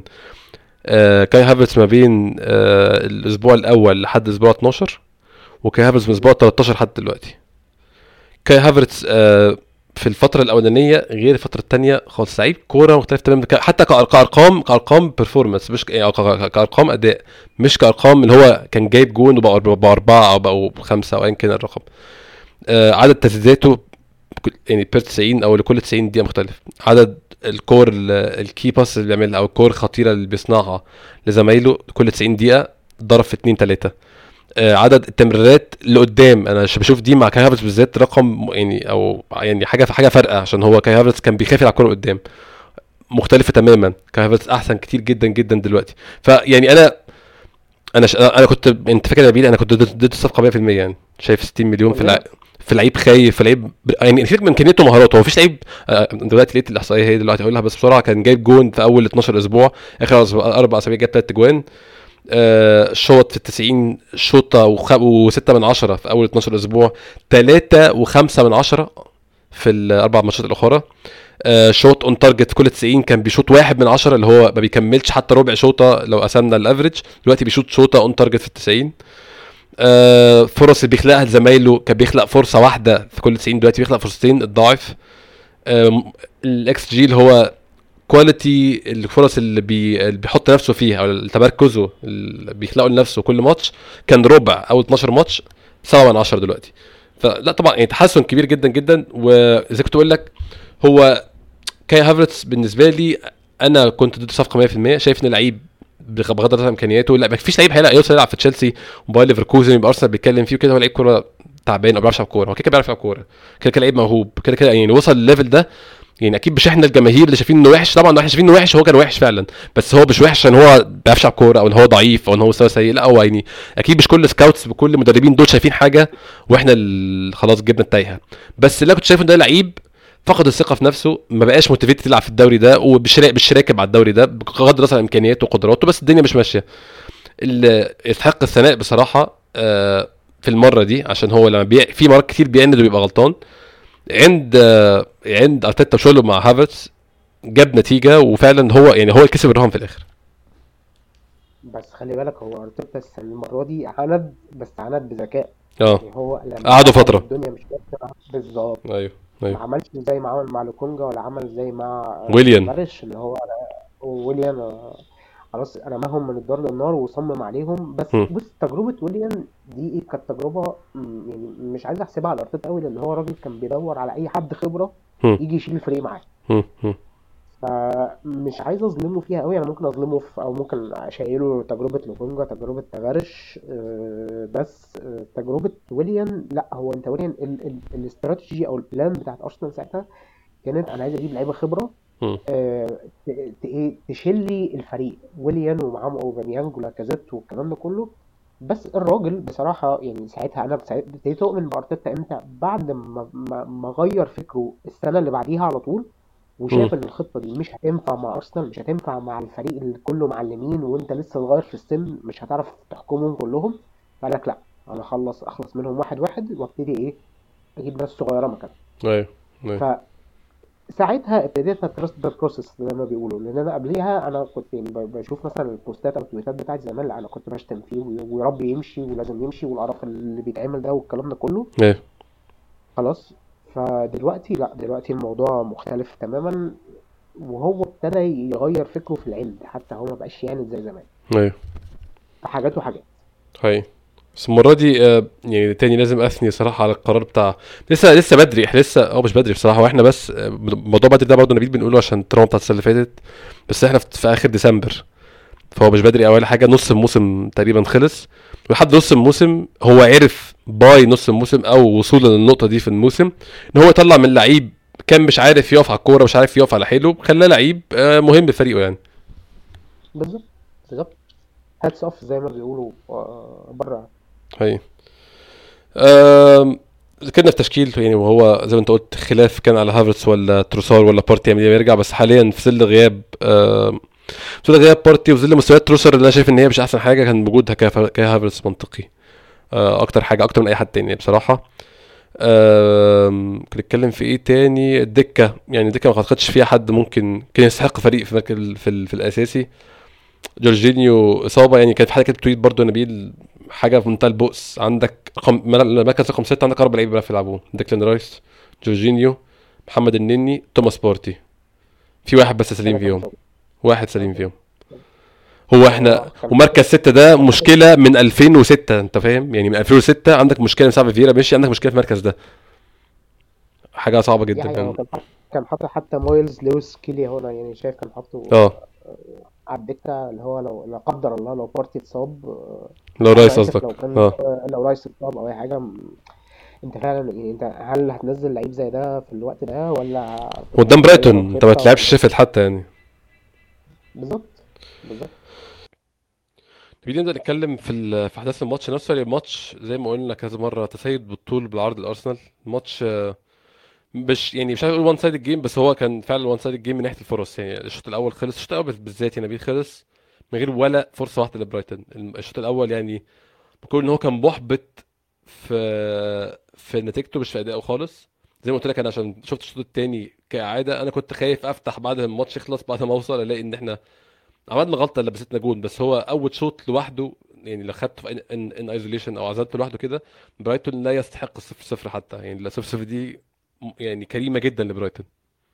آه كاي هافرتس ما بين آه الاسبوع الاول لحد اسبوع اتناشر، وكاي هافرتس من مهم. اسبوع تلتاشر لحد دلوقتي. كاي هافرتس آه في الفترة الأولانية غير الفترة التانية خالص، لعيب كورة مختلف تماما، ك- حتى كأر- كأرقام كأرقام بيرفورمانس، مش ك- يعني ك- ك- كأرقام أداء، مش كأرقام اللي هو كان جايب جون وبقى أرب- بقى أربعة أو بقوا خمسة أو أيا كان الرقم. آه عدد تسديداته كل- يعني بير تسعين أو لكل تسعين دقيقة مختلف. عدد الكور الكي باس اللي بيعملها أو الكور الخطيرة اللي بيصنعها لزمايله كل تسعين دقيقة ضرب في اتنين تلاتة. آه، عدد التمريرات لقدام، انا ش- بشوف دي مع كاي هافرتز بالذات رقم يعني او يعني حاجه في حاجه فارقه، عشان هو كاي هافرتز كان بيخاف على الكوره قدام، مختلفه تماما. كاي هافرتز احسن كتير جدا جدا دلوقتي. فيعني انا انا ش... انا كنت، انت فاكر يا نبيل انا كنت ضد ضد الصفقه مية في المية، يعني شايف ستين مليون في كلنا. الع... في لعيب خايف، في لعيب ب- يعني سيبك من امكانياته ومهاراته، هو مفيش لعيب. آه، دلوقتي لقيت الاحصائيه هي دلوقتي هقولها بس بسرعه، كان جايب جون في اول اتناشر اسبوع، اخر أسبوع- اربع اسابيع جاب ثلاث اجوان. آه، شوط في التسعين شوطة وخ... وستة من عشرة في أول اتناشر أسبوع، تلاتة وخمسة من عشرة في الأربع ماتشات الأخرى. آه، شوط اون تارجت كل تسعين كان بيشوط واحد من عشرة، اللي هو ما بيكملش حتى ربع شوطة لو قسمنا الافريج، دلوقتي بيشوط شوطة اون تارجت في التسعين. آه، فرص اللي بيخلقها لزمايله كان بيخلق فرصة واحدة في كل تسعين، دلوقتي بيخلق فرصتين الضعف. الاكس جي اللي هو كواليتي الفرص اللي, بي... اللي بيحط نفسه فيها او تمركزه اللي بيخلقه لنفسه كل ماتش، كان ربع اول اتناشر ماتش سبعة من عشرة دلوقتي. فلا طبعا يعني تحسن كبير جدا جدا. وزي كنت اقول لك، هو كاي هافرتس بالنسبه لي انا كنت ضد الصفقه مية في المية، شايف ان لعيب بغ- بغض النظر عن امكانياته، لا مفيش لعيب هيلا يوصل يلعب في تشيلسي وباير ليفركوزن يبقى ارسنال بيتكلم فيه وكده، هو لعيب كوره تعبان او ما بيعرفش يلعب كوره، هو كده كده بيعرف يلعب كوره، كده كده لعيب موهوب كده كده، يعني وصل للليفل ده. يعني اكيد مش احنا الجماهير اللي شايفين انه وحش، طبعا احنا شايفين انه وحش، هو كان وحش فعلا، بس هو مش وحش عشان هو ما بيعرفش يلعب كوره او ان هو ضعيف او ان هو مستوى سيء، لا هو يعني اكيد مش كل سكاوتس بكل مدربين دول شايفين حاجه واحنا ال- خلاص جبنا التايهه. بس اللي أنا كنت شايفه ان ده لعيب فقد الثقه في نفسه، ما بقاش موتيفيت يلعب في الدوري ده ومش را- مش راكب على الدوري ده بغض النظر عن امكانياته وقدراته، بس الدنيا مش ماشيه. اللي يستحق الثناء بصراحه آه، في المره دي عشان هو لما بي... في مرات كتير بيعند وبيبقى غلطان، عند آه، عند ارتيتا وشغله مع هافرتس جاب نتيجه، وفعلا هو يعني هو اللي كسب الرهان في الاخر. بس خلي بالك هو ارتيتا السنة- المره دي عند، بس عند بذكاء. اه يعني هو لما قعدوا لقى ان فتره. الدنيا مش ماشيه بالظبط، ايوه ما ايوه. عملش زي ما عمل مع لوكونجا، ولا عمل زي مع آه، ويليان. تافاريش اللي هو ويليام. آه، خلاص رماهم من الدار للنار وصمم عليهم. بس هم، بص تجربة ويليام دي إيه، كانت تجربة م، يعني مش عايز احسبها على ارتيتا قوي، لان هو راجل كان بيدور على اي حد خبرة هم، يجي يشيل الفريق معاه. هم، هم، فمش عايز اظلمه فيها قوي، انا ممكن اظلمه في، او ممكن اشيله تجربة لوكونجا، تجربة تافاريش. آه، بس آه، تجربة ويليام لا، هو انت ويليام ال- ال- الاستراتيجي او البلان بتاعت ارسنال ساعتها كانت انا عايز اجيب لعيبه خبره، هم، آه، ت- ت- ايه تشيل لي الفريق، ويليان ومعاهم اوباميانج ولاكازيت والكلام ده كله. بس الراجل بصراحه يعني ساعتها انا ساعت- ابتديت اؤمن بارتيتا امتى، بعد ما ما ما غير فكره السنه اللي بعديها على طول، هم. وشاف ان الخطه دي مش هتنفع مع ارسنال، مش هتنفع مع الفريق اللي كله معلمين وانت لسه صغير في السن، مش هتعرف تحكمهم كلهم. فقال لك لا، انا اخلص اخلص منهم واحد واحد وابتدي ايه، اجيب ناس صغيره مكانهم. ايوه ايوه. ساعتها ابتديت اترست ذا بروسيس زي ما بيقولوا، لان انا قبليها انا كنت يعني ب- بشوف مثلا البوستات او التويتات بتاعتي زمان، لا انا كنت بشتم فيه وي- ويا رب يمشي ولازم يمشي والقرف اللي بيتعمل ده والكلام ده كله. ايوه خلاص. فدلوقتي لا، دلوقتي الموضوع مختلف تماما، وهو ابتدى يغير فكره في العند، حتى هو ما بقاش يعند زي زمان ايوه في حاجات وحاجات. هاي. بس المرة دي آه، يعني تاني لازم اثني صراحة على القرار بتاع، لسه لسه بدري، احنا لسه اه مش بدري بصراحة، واحنا بس آه، موضوع بدري ده برضه نبيل بنقوله عشان التراuma بتاعت السنة اللي فاتت، بس احنا في في اخر ديسمبر، فهو مش بدري اول حاجة. نص الموسم تقريبا خلص، ولحد نص الموسم هو عرف باي نص الموسم او وصولا للنقطة دي في الموسم ان هو يطلع من لعيب كان مش عارف يقف على الكورة، مش عارف يقف على حيله، خلاه لعيب آه، مهم لفريقه يعني. بالظبط، بالظبط. هاتس اوف زي ما بيقولوا آه، بره. هاي. آم، ذكرنا في تشكيل يعني، وهو زي ما انت قلت خلاف كان على هافرتس ولا تروسار ولا بارتي يعمل ايه يرجع، بس حاليا في ظل غياب آم، في ظل غياب بارتي وفي ظل مستويات تروسار اللي انا شايف ان هي مش احسن حاجه، كان وجودها كهاف- كهافرتس منطقي آه، اكتر حاجه، اكتر من اي حد تاني بصراحه. آم، كنا نتكلم في ايه تاني؟ الدكه، يعني الدكه ما اعتقدش فيها حد ممكن كان يستحق فريق في مركز في, ال- في الاساسي. جورجينيو اصابه، يعني كانت في حاجه كده تويت برضه نبيل، حاجه في منتهى البؤس. عندك رقم مركز رقم ستة، عندك اربع لعيبه بيعرفوا يلعبون: ديكلان رايس، جورجينيو، محمد النني، توماس بارتي. في واحد بس سليم ثلاثة فيهم، مصاب. واحد اه سليم اه. فيهم. هو هو احنا كان ومركز حاطط ستة ده كان حاطط مشكله من ألفين وستة، انت فاهم يعني؟ من ألفين وستة عندك مشكله من ساعه فيرا ماشي، عندك مشكله في المركز ده، حاجه صعبه دي جدا حقيقة. هو يعني. كان حاطط كان حاطط حتى مايلز لويس كيلي، هنا يعني شايف كان حاطه اه على الدكة، اللي هو لو لا قدر الله لو بارتي اتصاب آه، لو او رايس اسف قصدك. لو كان اه آه، لو رايس اتصاب او اي حاجة م- انت فعلا يعني، انت هل هتنزل لعيب زي ده في الوقت ده، ولا قدام تبقى مغير برايتون انت ما الخطة تلعبش ولا؟ شيفيلد حتى يعني. بالظبط، بالظبط. نبتدي نبدا نتكلم في ال- في احداث الماتش نفسه. يعني الماتش زي ما قلنا كذا مره تسيد بالطول بالعرض الارسنال. الماتش آه، مش يعني مش عارف اقول وان سايد الجيم، بس هو كان فعلا وان سايد الجيم من ناحيه الفرص. يعني الشوط الاول خلص، الشوط الاول بالذات يعني نبيل خلص من غير ولا فرصه واحده لبرايتون. الم- الشوط الاول يعني بقول ان هو كان محبط في في نتيجته مش في ادائه خالص. زي ما قلت لك انا عشان شفت الشوط الثاني كعاده، انا كنت خايف افتح بعد ما الماتش يخلص، بعد ما اوصل الاقي ان احنا عملنا غلطه اللي لبستنا جون. بس هو اول شوط لوحده يعني لو خدته في ان ان ايزوليشن او عزلته لوحده كده، برايتون لا يستحق الصفر صفر حتى. يعني لا صفر صفر دي م- يعني كريمه جدا لبرايتون.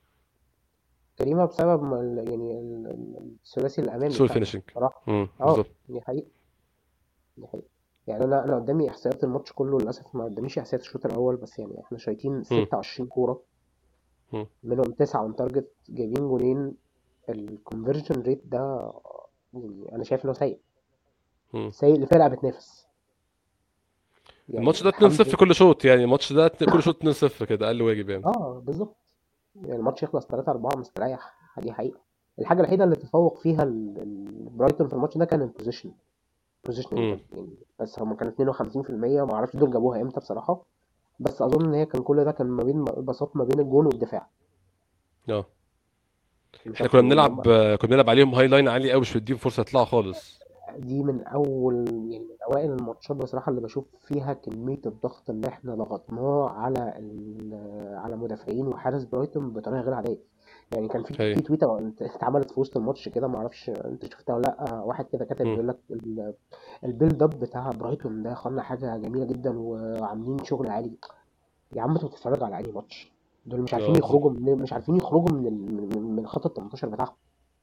كريمة بسبب ما ال- يعني ال- ال- الثلاثي الامامي سوء بتاعنا فينيشنج. صراحة. امم اه بالظبط. دي حقيقة، دي حقيقة. يعني انا انا قدامي احصائيات الماتش كله، للاسف ما قداميش احصائيات الشوط الاول، بس يعني احنا شايطين امم ستة وعشرين كورة، امم منهم تسعة اون تارجت، جايبين جونين. الكونفرجن ريت ده يعني انا شايف انه سيء، امم سيء لفرقة بتنافس. الماتش يعني ده اتنين صفر الحمد كل شوط، يعني الماتش ده اتنين- كل شوط اتنين صفر كده اقل واجب يعني. اه بالظبط. يعني الماتش يخلص ثلاثة أربعة مستريح، دي حقيقة. الحاجة الوحيدة اللي تفوق فيها ال- ال- برايتون في الماتش ده كان البوزيشن، بوزيشننج امم يعني. بس هم كانوا اتنين وخمسين في المية، ما اعرفش دول جابوها امتى بصراحة. بس اظن ان هي كان كل ده كان ما بين بساط ما بين الجون والدفاع، اه مش احنا كنا اكتر من ان بنلعب هم. آه، كنا بنلعب عليهم هاي لاين عالي قوي، مش مديهم فرصه يطلعوا خالص. دي من اول يعني من اوائل الماتشات بصراحة اللي بشوف فيها كمية الضغط اللي احنا ضغطناه على ال- على مدافعين وحارس برايتون بطريقة غير عادية. يعني كان في هي في تويتة انت- اتعملت في وسط الماتش كده، ما اعرفش انت شفتها ولا لا. واحد كده كاتب امم بيقول لك ال- البيلد اب بتاع برايتون ده يا اخوانا حاجة جميلة جدا وعاملين شغل عالي. يا عم انت بتتفرج على اي ماتش؟ دول مش عارفين اه بالظبط. يخرجوا من مش عارفين يخرجوا من ال... من من خط ال تمنتاشر بتاعهم.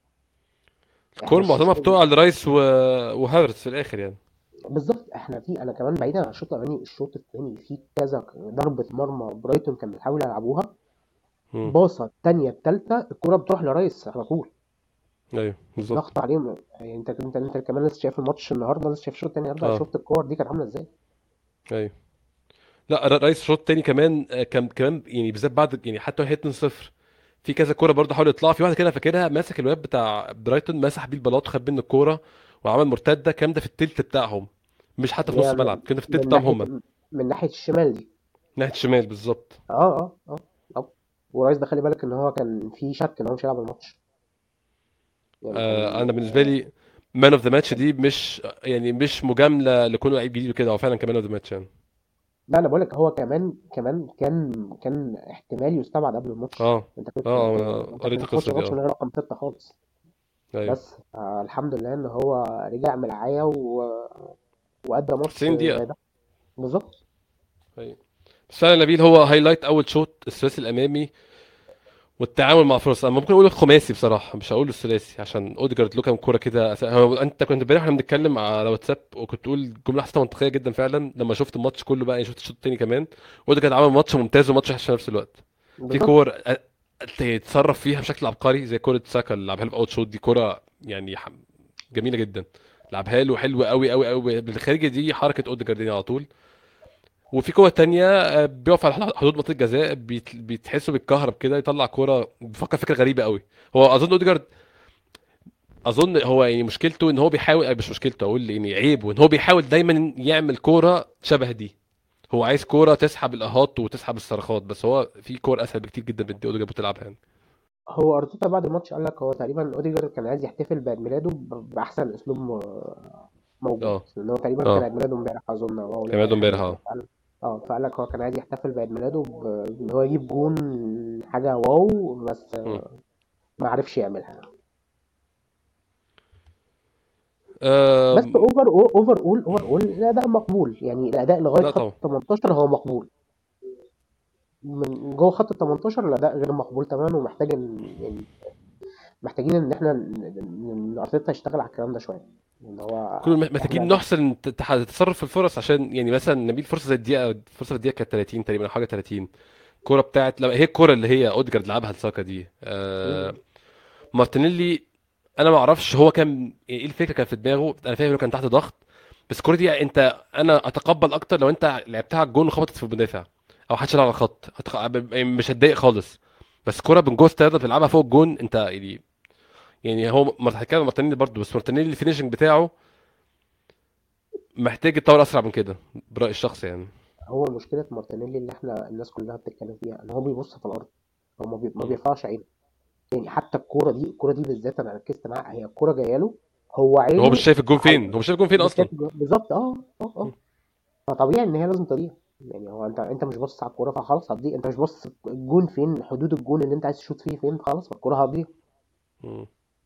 احنا الكور معظمها الشوط بتقع لرايس و... وهافرتس في الاخر يعني. بالظبط. احنا في انا كمان بعيدا عن الشوط الاولاني، الشوط الثاني في كذا ضربة مرمى برايتون كان بيحاولوا يلعبوها، امم باصة التانية التالتة الكرة بتروح لرايس على طول. ايوه بالظبط. الضغط عليهم يعني، انت انت انت كمان لسه شايف الماتش النهارده، لسه شايف الشوط الثاني النهارده، اه شفت الكور دي كانت عامله ازاي. ايوه. لا ر- رايس شوط تاني كمان آه، كان كمان يعني بالذات بعد يعني حتى وهي اتنين صفر، في كذا كوره برضه حاول يطلع في واحده كده فاكرها، ماسك الواد بتاع برايتون مسح بيه البلاط وخد منه الكوره وعمل مرتده. الكلام ده في التلت بتاعهم، مش حتى في اللي نص هي الملعب، من, كان ده في التلت من بتاعهم ناحيه هم، من ناحيه الشمال دي. ناحيه الشمال بالظبط. اه اه اه اه. ورايس ده خلي بالك ان هو كان في شك ان هو مش هيلعب الماتش، يعني آه كان انا بالنسبه لي مان اوف ذا ماتش دي مش يعني مش مجامله لكونه لعيب جديد وكده، هو فعلا كان مان اوف ذا ماتش يعني. لا انا بقول لك هو كمان كمان كان كان احتمال يستبعد قبل الماتش. اه انت كنت اه انت انا انت قريت كنت هتخش القصه دي الماتش من اه. غير رقم ستة خالص. ايوه. بس آه الحمد لله ان هو رجع من العيا و... وادى ماتش تسعين دقيقه. زي ده. بالظبط. ايوه. بس فعلا نبيل هو هايلايت اول شوط الثلاثي الامامي والتعامل مع فرص. انا ممكن اقول الخماسي بصراحه، مش هقول الثلاثي عشان اوديجارد له كام كوره كده أس- هو انت كنت امبارح واحنا بنتكلم على واتساب وكنت تقول جمله حسيتها منطقيه جدا فعلا لما شفت الماتش كله بقى، يعني شفت الشوط التاني كمان. اوديجارد عمل ماتش ممتاز وماتش وحش في نفس الوقت. في بالظبط. كور أ- تتصرف فيها بشكل عبقري زي كوره ساكا اللي لعبها له في اوت شوت، دي كوره يعني ح- جميله جدا. لعبها له حلو قوي قوي قوي بالخارجه، دي حركه اوديجارد دي على طول. وفي كوره تانية آه، بيقف على حدود منطقه الجزاء، بيت- بيتحسه بالكهرب كده يطلع كوره، بيفكر فكره غريبه قوي. هو اظن اوديجارد، اظن هو يعني مشكلته ان هو بيحاول آه، مش مشكلته، اقول يعني عيبه ان هو بيحاول دايما يعمل كوره شبه دي. هو عايز كوره تسحب الاهات وتسحب الصرخات، بس هو في كور اسهل بكتير جدا من دي اوديجارد بتلعبها يعني. هو ارتيتا بعد الماتش قال لك هو تقريبا اوديجارد كان عايز يحتفل بعيد ميلاده ب- باحسن اسلوب م- موجود، اه لان هو تقريبا كان اه عيد ميلاده امبارح اظن او اول عماد امبارح حاجه امبارح زي كده. اه. فقال اه فقال لك هو كان عايز يحتفل بعيد ميلاده ب- بان هو يجيب جون حاجه واو، بس مم. ما عرفش يعملها. بس آم، اوفر اوفر اول اوفر اول الاداء مقبول، يعني الاداء لغايه لا خط طبعا. ال تمنتاشر هو مقبول. من جوه خط ال تمنتاشر الاداء غير مقبول تماما، ومحتاج ان يعني محتاجين ان احنا ن- ن- ان ارتيتا يشتغل على الكلام ده شويه، ان هو كل مح- احنا محتاجين ده. نحسن ت- تح- تصرف في الفرص، عشان يعني مثلا نبيل فرصه زي الدقيقه، فرصه في الدقيقه كانت تلاتين تقريبا أو حاجه تلاتين. الكوره بتاعت لما هي الكوره اللي هي اوديجارد لعبها لساكا دي آه، مم. مارتينيلي. انا ما اعرفش هو كان ايه الفكره كان في دماغه، انا فاهم انه كان تحت ضغط. بس الكوره دي انت انا اتقبل اكتر لو انت لعبتها على الجون وخبطت في المدافع او حد شال على الخط أتق... يعني مش هتضايق خالص. بس كوره من جوه ستاير بتلعبها فوق الجون انت يعني. يعني هو مر- هتكلم عن مارتينيلي برضه، بس مارتينيلي الفينيشنج بتاعه محتاج يتطور اسرع من كده برايي الشخصي يعني. هو مشكله مارتينيلي اللي احنا الناس كلها بتتكلم فيها ان هو بيبص في الارض، هو ما, بي... ما مم. بيرفعش عينه. يعني حتى الكوره دي الكوره دي بالذات انا ركزت معاها، هي الكوره جايه له، هو هو مش عينه شايف الجون على فين، هو مش شايف الجون فين مش اصلا. شايف الجو- بالظبط. اه اه اه مم. فطبيعي ان هي لازم تضيع. يعني هو انت انت مش باصص على الكوره فخلاص هتضيع، انت مش باصص الجون فين، حدود الجون اللي انت عايز تشوط فيه فين، خلاص الكوره هتضيع. مم.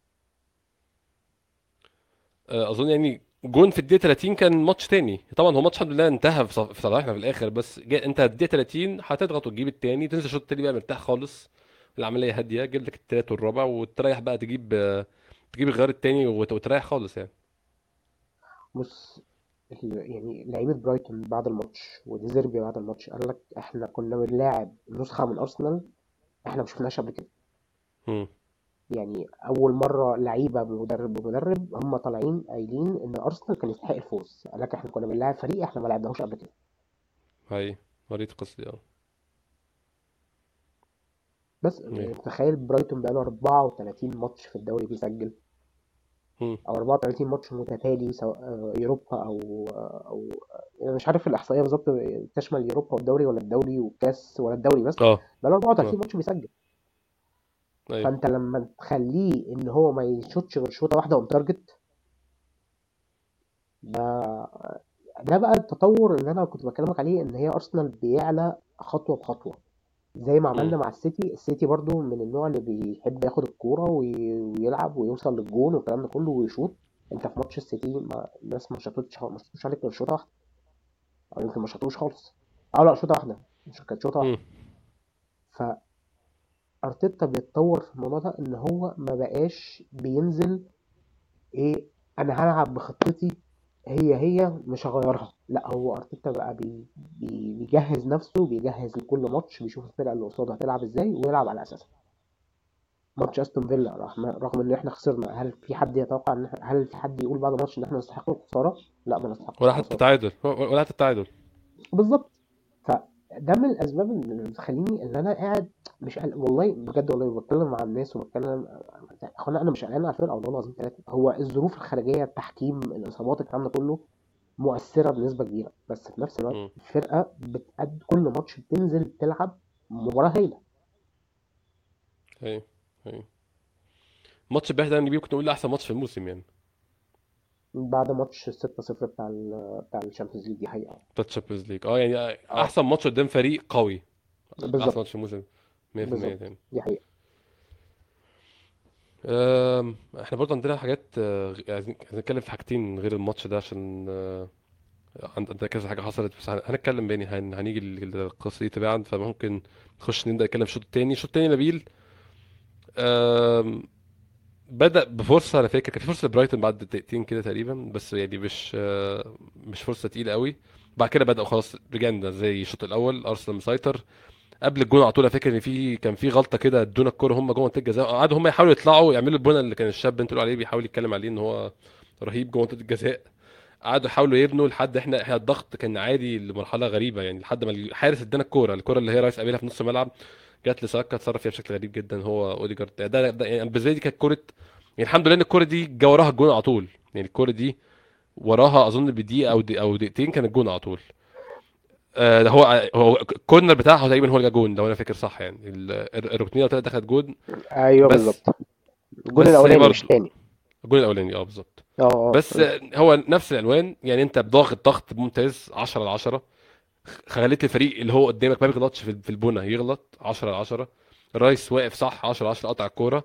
آه، اظن يعني جون في الدقيقه تلاتين كان ماتش تاني طبعا. هو ماتش الحمد لله انتهى في ص- في صالحنا في الاخر، بس جا انت الدقيقه تلاتين هتضغط وتجيب التاني، تنزل الشوط التاني بقى مرتاح خالص. العمليه هاديه، جيب لك التالت والرابع وتريح بقى، تجيب آه، تجيب الغيار التاني وت- وتريح خالص يعني. بص، ال- يعني لعيبه برايتون بعد الماتش وديزيربي بعد الماتش قال لك احنا كنا بنلاعب نسخه من ارسنال احنا ما شفناهاش قبل كده. مم. يعني اول مره لعيبه بمدرب بمدرب هم طالعين قايلين ان ارسنال كان يستحق الفوز، قال لك احنا كنا بنلاعب فريق احنا ما لعبناهوش قبل كده. هاي قريت القصه دي اه. بس إيه. يعني تخيل برايتون بقاله اربعة وتلاتين ماتش في الدوري بيسجل، مم. او اربعة وتلاتين ماتش متتالي سواء آه، يوروبا او آه، او انا مش عارف الاحصائيه بالظبط تشمل يوروبا والدوري ولا الدوري والكاس ولا الدوري بس. اه بقاله اه اربعة وتلاتين ماتش بيسجل. ايوه. فانت لما تخليه ان هو ما يشوطش غير شوطه واحده اون تارجت، ده ده بقى التطور اللي انا كنت بكلمك عليه، ان هي ارسنال بيعلى خطوه بخطوه زي ما مم. عملنا مع السيتي. السيتي برضو من النوع اللي بيحب ياخد الكوره وي- ويلعب ويوصل للجون والكلام ده كله ويشوط. انت في ماتش السيتي ما الناس ما شاطتش ما شاطوش عليك غير شوطه واحده، او يمكن ما شاطوش خالص. اه لا شوطه واحده، مش كانت شوطه مم. واحده. فارتيتا بيتطور في الموضوع ده ان هو ما بقاش بينزل ايه، انا هلعب بخطتي هي هي مش هغيرها. لا هو ارتيتا بقى بي بي بيجهز نفسه، بيجهز لكل ماتش، بيشوف الفرقه اللي قصاده هتلعب ازاي ويلعب على اساسها. ماتش استون فيلا رغم رغم ان احنا خسرنا، هل في حد يتوقع ان إحنا- هل في حد يقول بعد الماتش ان احنا نستحق الخساره؟ لا ما نستحقش ولا حتى الخساره. تعادل، ولا حتى التعادل. بالظبط. فده من الاسباب اللي بتخليني ان انا قاعد مش قلق والله بجد، والله بتكلم مع الناس وبتكلم. اخوانا انا مش قلقان على الفرقه والله العظيم ثلاثه، هو الظروف الخارجيه التحكيم الاصابات الكلام ده كله مؤثره بنسبه كبيره، بس في نفس الوقت مم. الفرقه بتقد كل ماتش بتنزل تلعب مباراه هايله. ايوه ايوه. ماتش امبارح ده نجيب كنت نقول احسن ماتش في الموسم يعني. بعد ماتش ستة صفر بتاع ال بتاع الشامبيونز ليج، دي حقيقة. بتاعت الشامبيونز ليج، اه يعني اه احسن ماتش قدام فريق قوي، احسن ماتش بالظبط. في الموسم. مية في المية بالظبط تاني. دي حقيقة. أم، احنا برضه عندنا حاجات، آه، عايزين عايزين نتكلم في حاجتين غير الماتش ده، عشان آه، عند- عندنا كذا حاجة حصلت، بس هن- هنتكلم بيني، هن- هنيجي للقصة دي تباعا، فممكن نخش نبدأ نتكلم في الشوط التاني. الشوط التاني نبيل، أم، بدأ بفرصة، أنا فاكر كان في فرصة لبرايتون بعد دقيقتين كده تقريبا، بس يعني مش آه، مش فرصة تقيلة قوي. بعد كده بدأوا خلاص رجعنا زي الشوط الأول، أرسنال مسيطر. قبل الجون على طول أنا فاكر ان في كان في غلطه كده، ادونا الكوره هم جوه منطقه الجزاء، قعدوا هم يحاولوا يطلعوا يعملوا البونه اللي كان الشاب انت بتقول عليه بيحاول يتكلم عليه ان هو رهيب جوه منطقه الجزاء. قعدوا يحاولوا يبنوا لحد احنا احنا الضغط كان عادي لمرحله غريبه، يعني لحد ما الحارس ادانا الكوره الكوره اللي هي رايس قابلها في نص الملعب، جات لساكا اتصرف فيها بشكل غريب جدا هو اوديجارد. ده, ده, ده يعني بالنسبه لي دي كانت كوره، يعني الحمد لله ان الكوره دي جا وراها الجون على طول، يعني الكوره دي وراها اظن بدقيقه او دي او دقيقتين كان الجون على طول. آه، ده هو هو الكورنر بتاعه تقريبا هو اللي جا جون، لو انا فاكر صح، يعني ال- ال- الركنيه بتاعتها دخلت جون. ايوه بس بالظبط. الجون بس هي الاولاني مش برضه التاني. الجون الاولاني اه بالظبط. اه اه بس آه، هو نفس العنوان، يعني انت بضاغط ضغط ممتاز عشرة على عشرة، خليت الفريق اللي هو قدامك ما بيغلطش في في البونة يغلط عشرة على عشرة. رايس واقف صح عشرة على عشرة، قطع الكوره،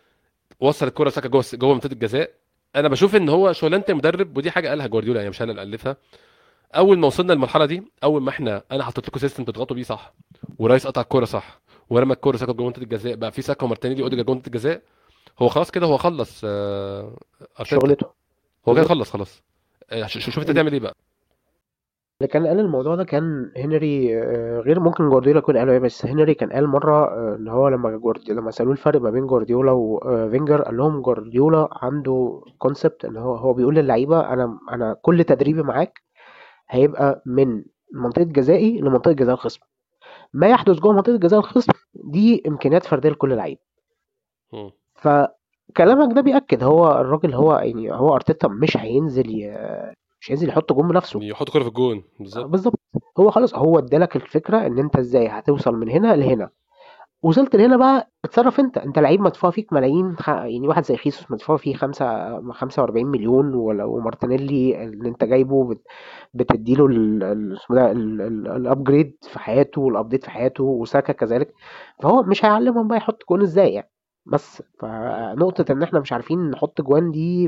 وصل الكوره ساكا جوه جوه منطقه الجزاء. انا بشوف ان هو شغلانه المدرب، ودي حاجه قالها جوارديولا يعني مش انا اللي الفها. اول ما وصلنا للمرحله دي، اول ما احنا انا حطيت لكم سيستم تضغطوا بيه صح، ورايس قطع الكوره صح، ورمى الكوره ساكا جوه منطقه الجزاء، بقى في ساكا ومارتينيلي اوديجا جوه منطقه الجزاء، هو خلاص كده هو خلص. آه، ارتيتا شغلته. هو كده بالظبط. خلص خلاص. آه، ش- ش- شوف انت تعمل ايه بقى. اللي كان قال الموضوع ده كان هنري، آه، غير ممكن جوارديولا يكون قاله ايه، بس هنري كان قال مرة آه، ان هو لما جوارديولا لما سألوه الفرق ما بين جوارديولا وفينجر، قال لهم جوارديولا عنده كونسبت ان هو هو بيقول للعيبة انا انا كل تدريبي معاك هيبقى من منطقة جزائي لمنطقة جزاء الخصم. ما يحدث جوه منطقة جزاء الخصم دي امكانيات فردية لكل لعيب. مم. فكلامك ده بيأكد هو الراجل، هو يعني هو ارتيتا مش هينزل ي... مش هينزل يحط جون بنفسه. يحط كوره في الجون آه، بالظبط. بالظبط. هو خلاص هو ادالك الفكره ان انت ازاي هتوصل من هنا لهنا. وصلت لهنا بقى اتصرف انت انت لعيب مدفوع فيك ملايين، خ... يعني واحد زي خيسوس مدفوع فيه خمسة خمسة وأربعين مليون، ولو مارتينيلي اللي انت جايبه بت... بتديله ال- ال- اسمه ده ال- ال- الابجريد في حياته والابديت في حياته، وساكا كذلك. فهو مش هيعلمهم بقى يحط جون ازاي يعني. بس مم. فنقطة ان احنا مش عارفين نحط جوان دي،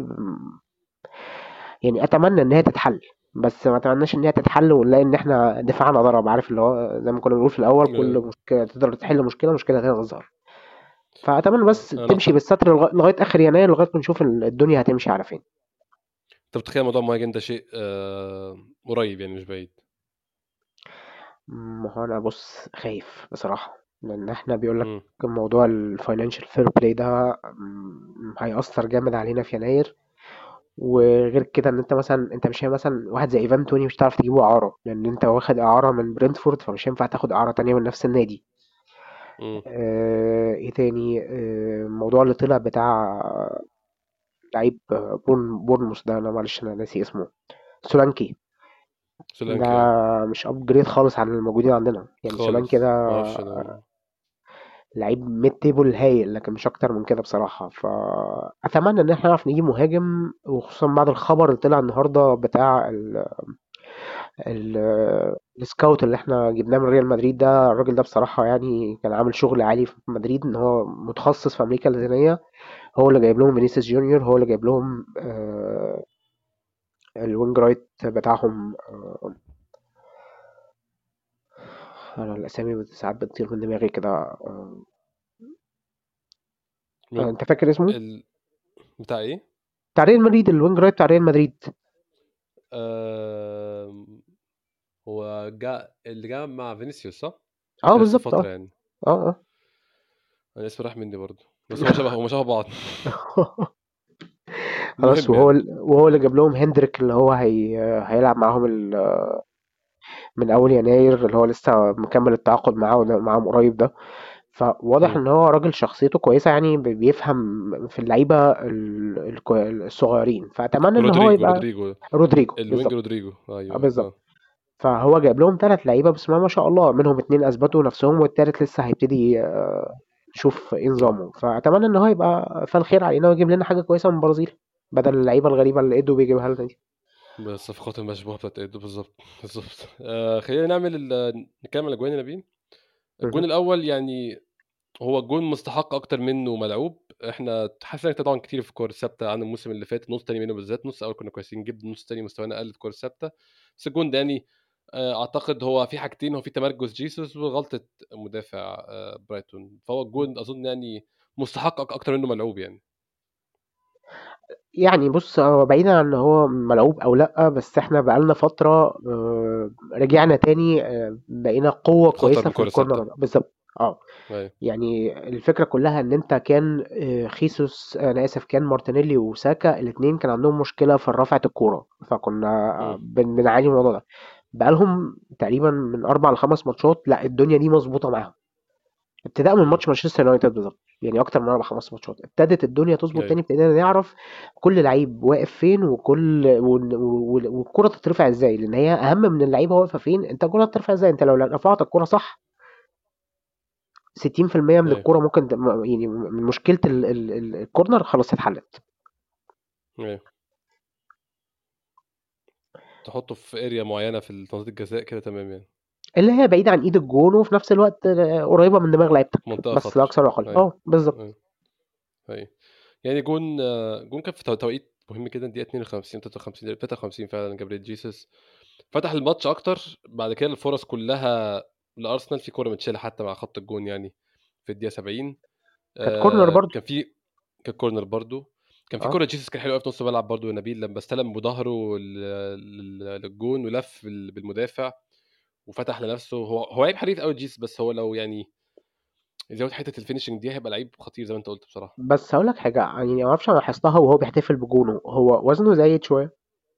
يعني اتمنى ان هي تتحل، بس ما اتمناش ان هي تتحل ونلاقي ان احنا دفاعنا ضرب، عارف اللي هو زي ما كنا بنقول في الاول، كل آه، مشكله تقدر تحل مشكله مشكله تانية تظهر. فاتمنى بس انا تمشي أعتقد- بالستر لغا- لغايه اخر يناير، لغايه ما نشوف ال- الدنيا هتمشي على فين. انت بتخيل موضوع مهاجم ده شيء آه، قريب يعني مش بعيد. ما هو انا بص خايف بصراحه، لان احنا بيقول لك مم. موضوع الفاينانشال فير بلاي ده م، هيأثر جامد علينا في يناير. وغير كده ان انت مثلا انت مش هي مثلا واحد زي ايفان توني مش هتعرف تجيبه اعاره، لان انت واخد اعاره من برنتفورد، فمش هينفع تاخد اعاره تانية من نفس النادي. مم. آه، ايه تاني، آه، الموضوع اللي طلع بتاع لعيب آه، بورن بورنموث ده، انا معلش انا ناسي اسمه، سولانكي. ده سولانكي اه. مش ابجريد خالص عن الموجودين عندنا، يعني سولانكي خالص ده ما اعرفش انا. لعيب ميد تيبل هايل، لكن مش اكتر من كده بصراحة. فاتمنى ان احنا نعرف نجيب مهاجم، وخصوصا بعد الخبر اللي طلع النهارده بتاع ال ال السكاوت اللي احنا جبناه من ريال مدريد ده. الراجل ده بصراحة يعني كان عامل شغل عالي في مدريد، ان هو متخصص في امريكا اللاتينية. هو اللي جايب لهم فينيسيوس جونيور، هو اللي جايب لهم آه، الوينج رايت بتاعهم. آه، انا الاسامي ساعات بتطير من دماغي كده. آه، آه، من انت فاكر اسمه؟ ال... بتاع ايه؟ بتاع ريال مدريد، الوينج رايت بتاع ريال مدريد. آه... هو جا اللي جا مع فينيسيوس صح؟ اه في نفس بالظبط الفترة اه. يعني. اه انا اسمي راح مني برضه، بس هو شبه هو شبه بعض. اه. خلاص. المهم وهو يعني. ال- وهو اللي جاب لهم هندريك، اللي هو هي هيلعب معاهم ال- من اول يناير، اللي هو لسه مكمل التعاقد معاه وده- معاهم قريب ده. فواضح مم. ان هو راجل شخصيته كويسه، يعني بي- بيفهم في اللعيبه ال- الكو- الصغيرين، فاتمنى ان هو رودريجو يبقى. رودريجو رودريجو الوينج بالظبط. رودريجو آه، ايوه بالظبط. اه. فهو جايب لهم ثلاث لعيبه بسم الله ما شاء الله، منهم اتنين اثبتوا نفسهم والتالت لسه هيبتدي آه، نشوف ايه اه نظامه. فاتمنى ان هو يبقى فالخير علينا ويجيب لنا حاجه كويسه من البرازيل. بدل اللعيبه الغريبه اللي ايدو بيجيبها لنا دي. بالصفقات المشبوهه بتاعت ايدو بالظبط. بالظبط. آه خلينا نعمل ال- نكمل الاجوان يا نبيل. الجون مهم. الاول يعني هو جون مستحق اكتر منه ملعوب. احنا حاسس طبعا كتير في الكور الثابته عن الموسم اللي فات، نص تاني منه بالذات. نص اول كنا كويسين جدا، نص تاني مستوانا قل في الكور الثابته. بس الجون ده يعني آه، اعتقد هو في حاجتين، هو في تمركز جيسوس وغلطه مدافع آه، برايتون. فهو الجون اظن يعني مستحق أك- اكتر منه ملعوب يعني. يعني بص، هو بعيدا عن ان هو ملعوب او لا، بس احنا بقالنا فتره آه، رجعنا تاني، آه، بقينا قوه خطر كويسه في بالكره الثابته. الكورنر ده. بالظبط. اه. ايوه. يعني الفكره كلها ان انت كان آه، خيسوس، انا اسف، كان مارتينيلي وساكا الاثنين كان عندهم مشكله في رفعه الكوره، فكنا مم. آه، بن- بنعاني من الموضوع ده. بقالهم تقريبا من اربع لخمس ماتشات، لا الدنيا دي مظبوطه معاهم، ابتداء من مم. ماتش مانشستر يونايتد بالظبط. يعني اكتر من اربع خمس ماتشات ابتدت الدنيا تظبط ايوه. تاني، ابتدينا نعرف كل لعيب واقف فين، وكل وال- وال- والكره تترفع ازاي، لان هي اهم من اللعيبه واقفه فين، انت الكره تترفع ازاي. انت لو رفعت الكره صح، ستين في المية من ايوه. الكره ممكن ت- م- يعني من مشكله ال- ال- ال- الكورنر خلاص اتحلت. ايوه. تحطه في اريا معينه في منطقه الجزاء كده تمام يعني. اللي هي بعيده عن ايد الجون، وفي نفس الوقت آه، قريبه من دماغ لعيبتك، منطقه بس لا خطر. اكثر ولا اقل. ايوه. اه بالظبط. ايوه. ايوه. يعني جون آه، جون كان في تو- توقيت مهم جدا، دقيقة اتنين وخمسين تلاتة وخمسين تلاتة وخمسين فعلا. جابريل جيسوس فتح الماتش اكتر. بعد كده الفرص كلها لارسنال، في كوره متشاله حتى مع خط الجون يعني في الدقيقه سبعين. كانت كورنر آه برضو. كان في كان كورنر برضو. كان في اه كوره جيسوس كان حلو قوي في نص الملعب برضو، نبيل لما استلم بظهره لل- لل- للجون ولف بال- بالمدافع وفتح لنفسه. هو هو لعيب حريف قوي جيسوس، بس هو لو يعني زود حته الفينشنج دي هيبقى لعيب خطير زي ما انت قلت بصراحه. بس هقول لك حاجه، يعني ما اعرفش، انا لاحظتها وهو بيحتفل بجونه، هو وزنه زايد شويه.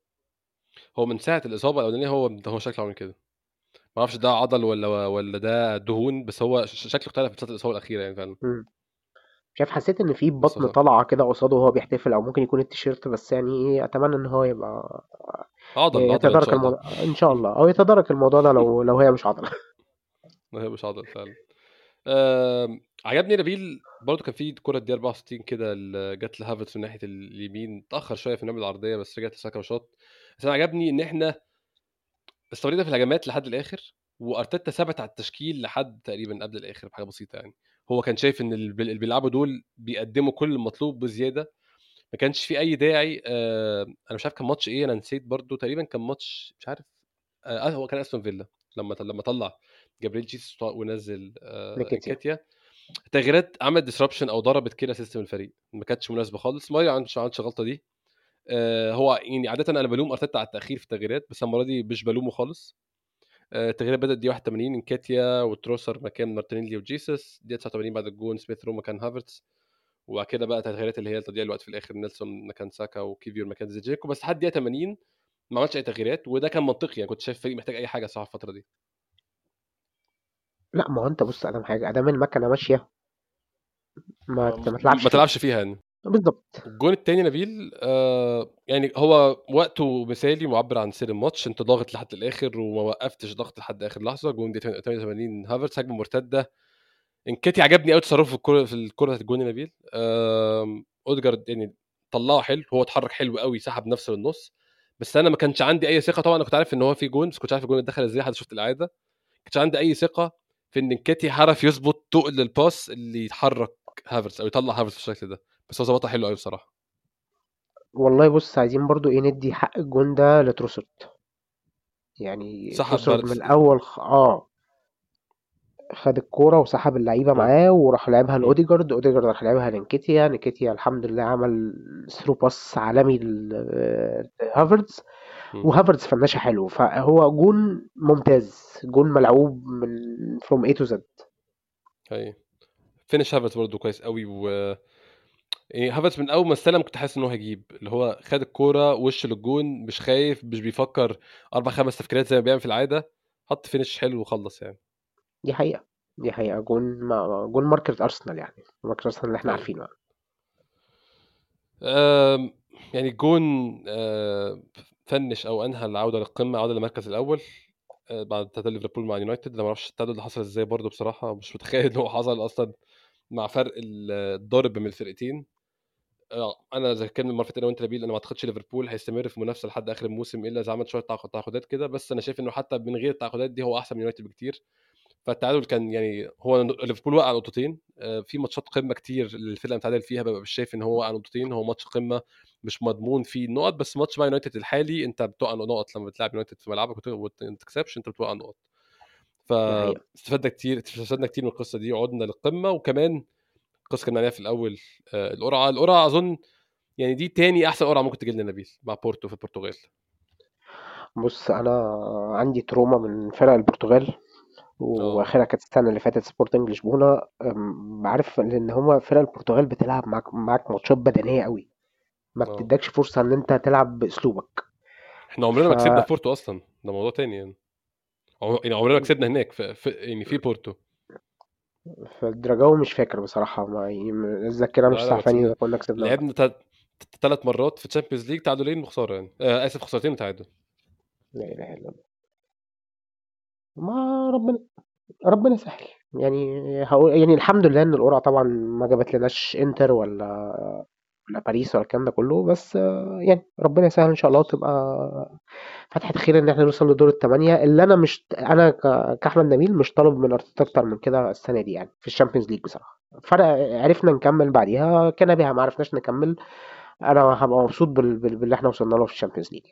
هو من ساعه الاصابه الاولانيه هو هو شكله عامل كده. ما اعرفش ده عضل ولا ولا ده دهون، بس هو ش- شكله اختلف في فتره الاصابه الاخيره يعني فعلا. مم. مش عارف، حسيت ان في بس هو بطن صح. طالعه كده قصاده وهو بيحتفل، او ممكن يكون التيشيرت، بس يعني ايه، اتمنى ان هو يبقى عضل عضل ان يتدارك شاء الله. الموضوع ان شاء الله، او يتدارك الموضوع ده لو لو هي مش عضله. ما هي مش عضل فعلا. آم، عجبني نبيل برضو. كان في كرة دي اربعة وستين كده اللي جت لهافرتس من ناحية اليمين، تأخر شوية في النمرة العرضية بس رجعت لساكا وشاط. بس انا عجبني ان احنا استمرينا في الهجمات لحد الاخر، وارتيتا ثبت على التشكيل لحد تقريبا قبل الاخر بحاجة بسيطة يعني. هو كان شايف ان اللي بي- اللي بيلعبوا دول بيقدموا كل المطلوب بزيادة. ما كانش في اي داعي. آه انا مش عارف كان ماتش ايه، انا نسيت برضو. تقريبا كان ماتش مش عارف. آه هو كان استون فيلا لما لما طلع جابريل جيسوس ونزل آه نكيتيا. انكاتيا. التغييرات عملت ديسربشن او ضربت كده سيستم الفريق، ما كانتش مناسبه خالص. ماريو ما عندش ما عندش الغلطه دي. آه هو يعني عاده انا بلوم ارتيتا على التاخير في التغييرات، بس المره دي مش بلومه خالص. آه التغييرات بدات دي واحد وتمانين انكاتيا وتروسر مكان مارتينيلي وجيسوس، دي تسعة وتمانين بعد الجون سميث رو مكان هافرتس. وبعد كده بقى تغييرات اللي هي تضييع الوقت في الاخر، نيلسون مكان ساكا وكيفيور مكان زيجينكو. بس لحد دقيقه تمانين ما عملش اي تغييرات، وده كان منطقي يعني. كنت شايف الفريق محتاج اي حاجه صح الفتره دي. لا، ما هو انت بص، ادام حاجه، ادام المكنه ماشيه، ما ت- ما ما تلعبش ما فيها. تلعبش فيها يعني. بالظبط. الجون التاني نبيل آه يعني هو وقته مثالي معبر عن سير الماتش. انت ضاغط لحد الاخر وما وقفتش ضغط لحد اخر لحظه. جون دي تمانية وتمانين هافرتس هجمه مرتده. انكيتي عجبني قوي تصرفه في الكوره في الكوره بتاعت الجون نبيل. آه اوديجارد يعني طلعه حلو، هو اتحرك حلو قوي، سحب نفسه للنص. بس انا ما كانش عندي اي ثقه. طبعا انا كنت عارف ان هو في جون، بس كنت عارف الجون دخل ازاي. حد شفت الاعاده ما كنتش عندي اي ثقه في ان انكيتي عرف يظبط تقل الباس اللي يتحرك هافرتس او يطلع هافرتس بالشكل ده. بس هو ظبطها حلو قوي بصراحه. والله بص، عايزين برضو ايه، ندي حق الجون ده لتروسرد. يعني سحب تروسرد من بارتس. الاول خ... اه خد الكوره وسحب اللعيبه مم. معاه، وراح لعبها مم. لاوديجارد، اوديجارد راح لعبها لنكيتيا، نكيتيا الحمد لله عمل ثرو باس عالمي ل- لهافرتز، مم. وهافرتز فنشها حلو، فهو جون ممتاز، جون ملعوب من فروم اي تو زد. هي فينش هافرتس برضه كويس قوي. و يعني هافرتس من اول ما استلم كنت حاسس ان هو هيجيب، اللي هو خد الكوره وش للجون، مش خايف مش بيفكر اربع خمس تفكيرات زي ما بيعمل في العاده. حط فينش حلو وخلص يعني. دي حقيقه، دي حقيقه، جون ما جون ماركة ارسنال، يعني ماركة ارسنال اللي احنا هي عارفينه يعني. أم... يعني الجون أه... فنش او انهى العوده للقمه، عوده للمركز الاول. أه بعد تعادل ليفربول مع يونايتد. لما اعرفش التعادل ده حصل ازاي برضه بصراحه، مش متخيل ان هو حصل اصلا مع فرق ال- الضارب بين الفرقتين. آه، انا زي كان المره اللي فاتت انا وانت نبيل، انا ما اعتقدش ليفربول هيستمر في منافسه لحد اخر الموسم الا اذا عمل شويه تعاق- تعاقدات كده، بس انا شايف انه حتى من غير التعاقدات دي هو احسن من يونايتد بكتير. فالتعادل كان يعني هو ليفربول وقع نقطتين، آه، في ماتشات قمه كتير الفرقه متعادل فيها ببقى مش شايف ان هو وقع نقطتين، هو ماتش قمه مش مضمون فيه النقط، بس ماتش مع يونايتد الحالي انت بتوقع نقط لما بتلعب يونايتد في ملعبك وت- وما تكسبش انت بتوقع نقط. دي حقيقة. فاستفدنا كتير استفدنا كتير من القصه دي وعدنا للقمه. وكمان القصه كنا عليها في الاول، آه، القرعه القرعه اظن يعني دي تاني احسن قرعه ممكن تجي لنا نبيل مع بورتو في البرتغال. بص انا عندي تروما من فرق البرتغال، اه واخرها كانت السنه اللي فاتت سبورتنج لشبونه. أم، عارف لان هما فرق البرتغال بتلعب معاك معاك ماتشات بدنيه قوي، ما اه بتدكش فرصه ان انت تلعب باسلوبك. احنا عمرنا ف ما كسبنا في بورتو اصلا، ده موضوع تاني يعني. عم- يعني عمرنا ما كسبنا هناك في, في يعني في بورتو. فالدرجاوي مش فاكر بصراحه، ما يعني الذاكره مش لا لا ما سعفاني كسبنا، اذا كنا كسبنا ولا لا. لعبنا ثلاث مرات في تشامبيونز ليج تعادلين وخساره يعني، آه اسف خسارتين وتعادل. لا اله الا الله. ما ربنا ربنا يسهل. يعني هقول يعني الحمد لله ان القرعه طبعا ما جابت لناش انتر ولا ولا باريس ولا الكلام ده كله، بس آه، يعني ربنا يسهل ان شاء الله، وتبقى فتحة خير ان احنا نوصل لدور الثمانية. اللي انا مش انا ك- كاحمد نبيل مش طالب من ارتيتا اكتر من كده السنة دي يعني في الشامبيونز ليج بصراحة. فرق عرفنا نكمل بعديها كان بها، ما عرفناش نكمل. انا هبقى مبسوط بال... بال... باللي احنا وصلنا له في الشامبيونز ليج.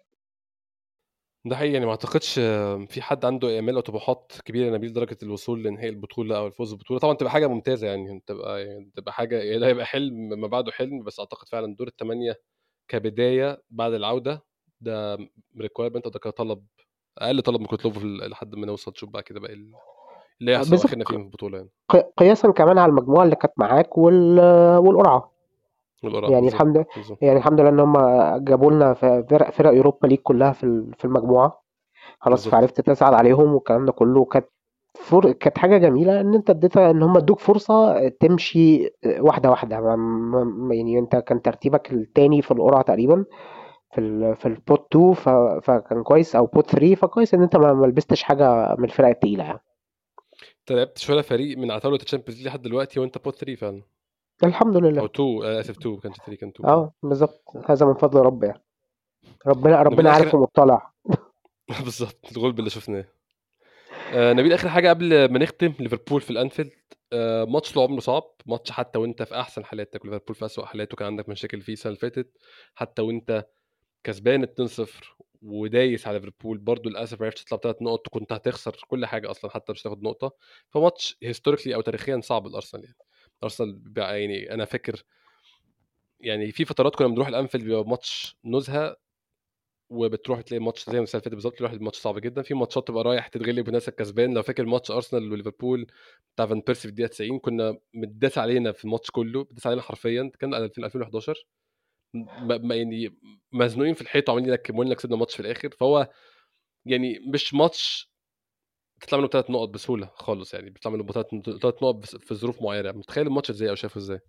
ده حقيقي يعني، ما اعتقدش آه، في حد عنده امال او طموحات كبيره نبيل درجه الوصول لنهائي البطوله او الفوز بالبطوله. طبعا تبقى حاجه ممتازه يعني، تبقى يعني تبقى حاجه يعني، ده هيبقى حلم ما بعده حلم، بس اعتقد فعلا دور الثمانيه كبدايه بعد العوده ده ريكويرمنت او ده كطلب، اقل طلب ممكن تطلبه في ال- لحد ما نوصل نشوف بقى كده بقى ال- اللي يحصل بالظبط. واخرنا فين في البطوله يعني. ق- قياسا كمان على المجموعة اللي كانت معاك وال... والقرعة. والقرعه يعني بالظبط الحمد بالظبط يعني الحمد لله ان هم جابوا لنا ف- فرق فرق اوروبا ليج كلها في ال- في المجموعة. خلاص، بالظبط. فعرفت تصعد عليهم والكلام ده كله. كانت فر... كانت حاجة جميلة ان انت اديتها ان هم ادوك فرصة تمشي واحدة واحدة. ما... ما... يعني انت كان ترتيبك التاني في القرعة تقريبا في ال... في البوت اتنين، ف... فكان كويس، او بوت تلاتة، فكويس ان انت ما ما لبستش حاجة من الفرق التقيلة يعني. انت لعبت شويه فريق من عتاوله الشامبيونز ليج لحد دلوقتي وانت بوت ثلاثة فعلا، الحمد او لله. اتنين، آه، اسف اتنين، ما كانش ثلاثة كان اتنين. اه بالظبط، هذا من فضل رب يعني. ربنا نبيل ربنا عارف اخر ومطلع. بالظبط الغلب اللي شفناه. آه نبيل اخر حاجه قبل ما نختم، ليفربول في الانفيلد، آه ماتش طول عمره صعب، ماتش حتى وانت في احسن حالاتك، ليفربول في اسوأ حالاته كان عندك مشاكل فيه السنه اللي فاتت، حتى وانت كسبان اتنين صفر ودايس على ليفربول برضو للاسف ما عرفتش تطلع بثلاث نقط، كنت هتخسر كل حاجه اصلا حتى مش تاخد نقطه. فماتش هيستوريكلي او تاريخيا صعب الارسنال يعني. ارسنال بقى يعني انا فاكر يعني في فترات كنا بنروح الانفيلد بيبقى ماتش نزهه، وبتروح تلاقي ماتش زي ما السنه اللي فاتت بالظبط، تروح الماتش صعب جدا، في ماتشات تبقى رايح تتغلب وناسك كسبان. لو فاكر ماتش ارسنال وليفربول بتاع فان بيرسي في الدقيقه تسعين، كنا متداس علينا في الماتش كله، متداس علينا حرفيا، كان ألفين ألفين وحداشر، ما ما- يعني مزنوقين في الحيط وعاملين يكملوا لنا كسبنا ماتش في الاخر. فهو يعني مش ماتش تطلع منه ثلاث نقط بسهوله خالص يعني، بتطلع منه ثلاث ثلاث نقط بس- في ظروف معينه. متخيل الماتش ازاي او شايفه ازاي؟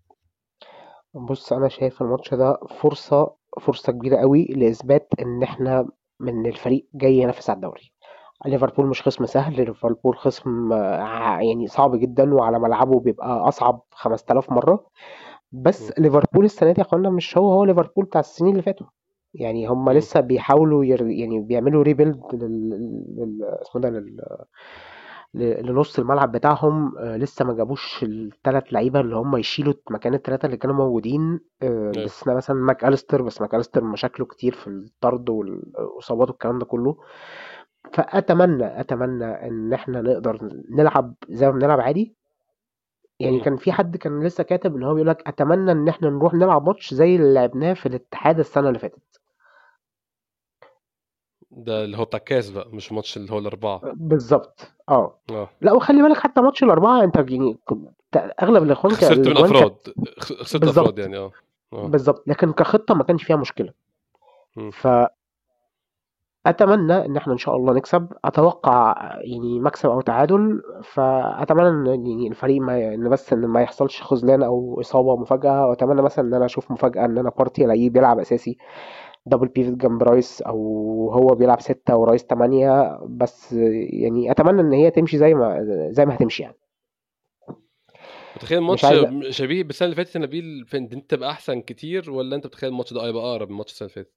بص انا شايف الماتش ده فرصة فرصة كبيرة قوي لإثبات إن إحنا من الفريق جاي ينافس على الدوري. ليفربول مش خصم سهل، ليفربول خصم آه، ع- يعني صعب جدا، وعلى ملعبه بيبقى أصعب خمس تلاف مرة. بس م. ليفربول السنة دي يا أخوانا مش هو هو ليفربول بتاع السنين اللي فاتوا. يعني هم م. لسه بيحاولوا ير... يعني بيعملوا ريبيلد لل... لل... اسمه ده لل... ل- لنص الملعب بتاعهم. آه، لسه ما جابوش الثلاث لعيبه اللي هم يشيلوا مكان الثلاثه اللي كانوا موجودين، آه، ايوه. باستثناء مثلا ماك اليستر. بس ماك اليستر مشاكله كتير في الطرد والاصابات والكلام ده كله. فاتمنى اتمنى ان احنا نقدر نلعب زي ما بنلعب عادي. يعني م. كان في حد كان لسه كاتب ان هو بيقول لك اتمنى ان احنا نروح نلعب ماتش زي اللي لعبناه في الاتحاد السنه اللي فاتت. ده اللي هو بتاع الكاس بقى، مش ماتش اللي هو الاربعه. بالظبط اه. اه لا وخلي بالك حتى ماتش الاربعه انت يعني كنت- اغلب الاخوان ك- خسرت من الاجوان كانت. افراد، خ- خسرت افراد بالظبط. يعني اه. اه. بالضبط، لكن كخطة ما كانش فيها مشكلة. مم. فأتمنى إن إحنا إن شاء الله نكسب. أتوقع يعني مكسب أو تعادل. فأتمنى إن يعني الفريق ما ي- إن بس إن ما يحصلش خذلان أو إصابة مفاجأة. وأتمنى مثلًا إن أنا أشوف مفاجأة إن أنا بارتي ألاقيه بيلعب أساسي double pivot جنب رايس، أو هو بيلعب ستة ورايس تمانية. بس يعني أتمنى إن هي تمشي زي ما زي ما هتمشي يعني. متخيل مش ماتش عايز. شبيه بالسنه اللي فاتت يا نبيل، في ان انت تبقى احسن كتير، ولا انت بتخيل الماتش ده هيبقى اقرب من ماتش السنه اللي فاتت؟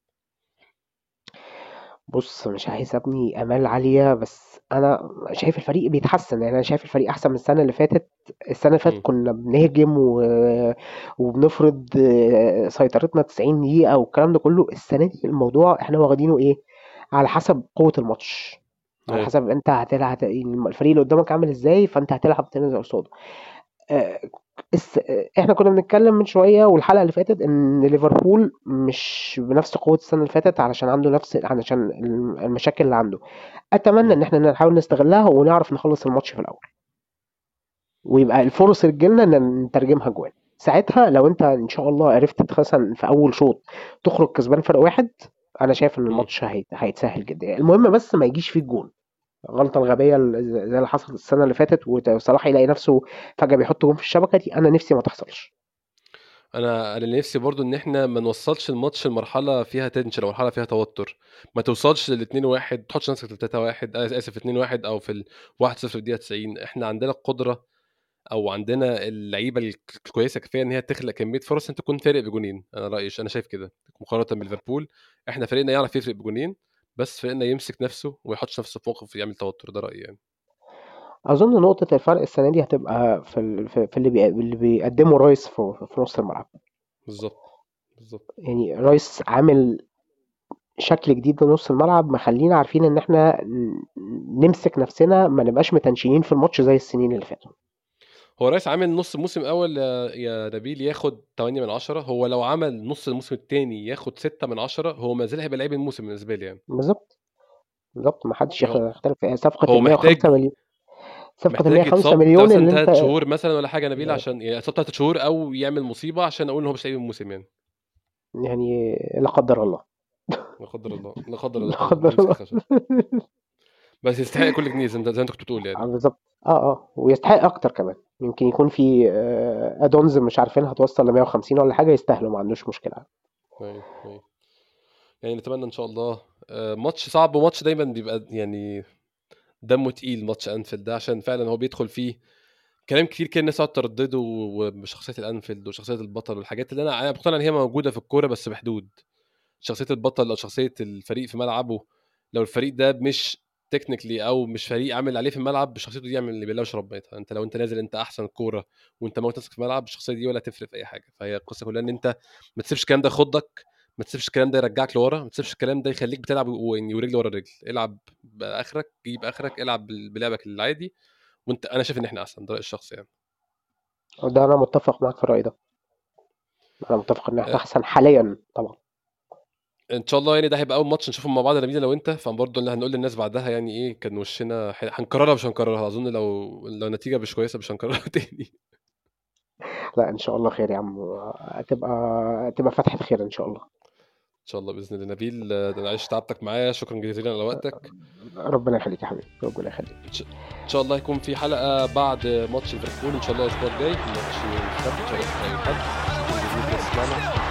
بص مش عايز ابني امال عاليه، بس انا شايف الفريق بيتحسن. يعني انا شايف الفريق احسن من السنه اللي فاتت. السنه اللي فاتت امم. كنا بنهجم و... وبنفرض آه، سيطرتنا تسعين دقيقه والكلام ده كله. السنه دي الموضوع احنا واخدينه ايه، على حسب قوه الماتش، على ايوه. حسب انت هتلعب الفريق اللي قدامك عامل ازاي، فانت هتلعب تنزل قصاده. آه، الس- آه، احنا كنا بنتكلم من شويه والحلقه اللي فاتت ان ليفربول مش بنفس قوه السنه اللي فاتت، علشان عنده نفس علشان الم- المشاكل اللي عنده. اتمنى امم. ان احنا نحاول نستغلها ونعرف نخلص الماتش في الاول، ويبقى الفرص اللي تجيلنا ان نترجمها جوان. ساعتها لو انت ان شاء الله عرفت مثلا في اول شوط تخرج كسبان فرق واحد، انا شايف ان امم. الماتش هيت- هيتسهل جدا. المهم بس ما يجيش فيه الجون، الغلطه الغبيه اللي- زي اللي حصلت السنه اللي فاتت وصلاح يلاقي نفسه فجاه بيحط جون في الشبكه دي. انا نفسي ما تحصلش. انا انا نفسي برضو ان احنا ما نوصلش الماتش لمرحله فيها تنشن او مرحله فيها توتر، ما توصلش لل اتنين واحد، ما تحطش نفسك في تلاتة واحد، آه، اسف اتنين واحد او في ال واحد صفر في الدقيقه تسعين. احنا عندنا القدره او عندنا اللعيبه الك- الكويسه كفايه ان هي تخلق كميه فرص انت تكون فارق بجونين. انا رايي انا شايف كده مقارنه بليفربول. احنا فريقنا يعرف يفرق بجونين، بس فريقنا يمسك نفسه وما يحطش نفسه في موقف يعمل توتر. ده رايي يعني. اظن نقطه الفرق السنه دي هتبقى في ال- في في اللي بي- اللي بيقدمه رايس في في نص الملعب. بالظبط. بالظبط. يعني رايس عامل شكل جديد لنص الملعب، مخلينا عارفين ان احنا ن- نمسك نفسنا، ما نبقاش متنشنين في الماتش زي السنين اللي فاتوا. هو رايس عامل نص الموسم الاول يا يا نبيل ياخد تمانية من عشرة. هو لو عمل نص الموسم الثاني ياخد ستة من عشرة، هو ما زال هيبقى لعيب الموسم بالنسبه لي يعني. بالظبط. بالظبط ما حدش يخ- هو يختلف فيها. صفقه هو ال مية وخمسة محتاج مليون، صفقه ال محتاج مية وخمسة يتصاب بتاع مليون مثلا اللي ثلاث انت. شهور مثلا ولا حاجه نبيل، عشان يعني يتصاب ثلاث شهور او يعمل مصيبه عشان اقول ان هو مش لعيب الموسم يعني. يعني لا قدر الله. لا قدر الله، لا قدر الله لا فعلا، قدر نمسك الله. خشب. بس يستحق كل جنيه زي ما زي ما انت كنت بتقول آه، يعني. بالظبط. اه اه ويستحق اكتر كمان. يمكن يكون في ادونز مش عارفين هتوصل ل مية وخمسين ولا حاجه، يستاهلوا، ما عندوش مشكله. ايوه ايوه. يعني نتمنى ان شاء الله. آه، ماتش صعب، وماتش دايما بيبقى يعني دمه تقيل ماتش انفيلد ده، عشان فعلا هو بيدخل فيه كلام كتير كده الناس تقعد تردده، وشخصيه الانفيلد وشخصيه البطل والحاجات اللي انا انا مقتنع ان هي موجوده في الكوره بس بحدود. شخصيه البطل او شخصيه الفريق في ملعبه، لو الفريق ده مش تكنيكلي او مش فريق عامل عليه في الملعب، بشخصيته دي يعمل اللي بيلاش ربيتها. انت لو انت نازل انت احسن كوره وانت موت نفسك في الملعب، الشخصيه دي ولا تفرق في اي حاجه. فهي القصه كلها ان انت ما تسيبش الكلام ده ياخدك، ما تسيبش الكلام ده يرجعك لورا، ما تسيبش الكلام ده يخليك بتلعب و- ورجل ورا رجل. العب باخرك، جيب اخرك، العب بال- بلعبك العادي. وانت انا شايف ان احنا احسن، ده رأيي الشخصي يعني. وده انا متفق معاك في الراي ده. انا متفق ان احنا أه، احسن حاليا طبعا. ان شاء الله يعني ده هيبقى اول ماتش نشوفه مع بعض نبيل لو انت فبرضه اللي هنقول للناس بعدها يعني ايه كان وشنا ح- هنكررها مش هنكررها. اظن لو لو النتيجه مش كويسه مش هنكررها تاني. لا ان شاء الله خير يا عم. هتبقى هتبقى فتحة خير ان شاء الله. ان شاء الله باذن الله. نبيل، آه، ده انا عايش تعبتك معايا، شكرا جزيلا على وقتك. ربنا يخليك يا حبيبي، ربنا يخليك. ان شاء إن شاء الله يكون في حلقه بعد ماتش ليفربول ان شاء الله الاسبوع الجاي، ماتش السبت ان شاء الله في اي حد. شكرا جزيلا للاستماع.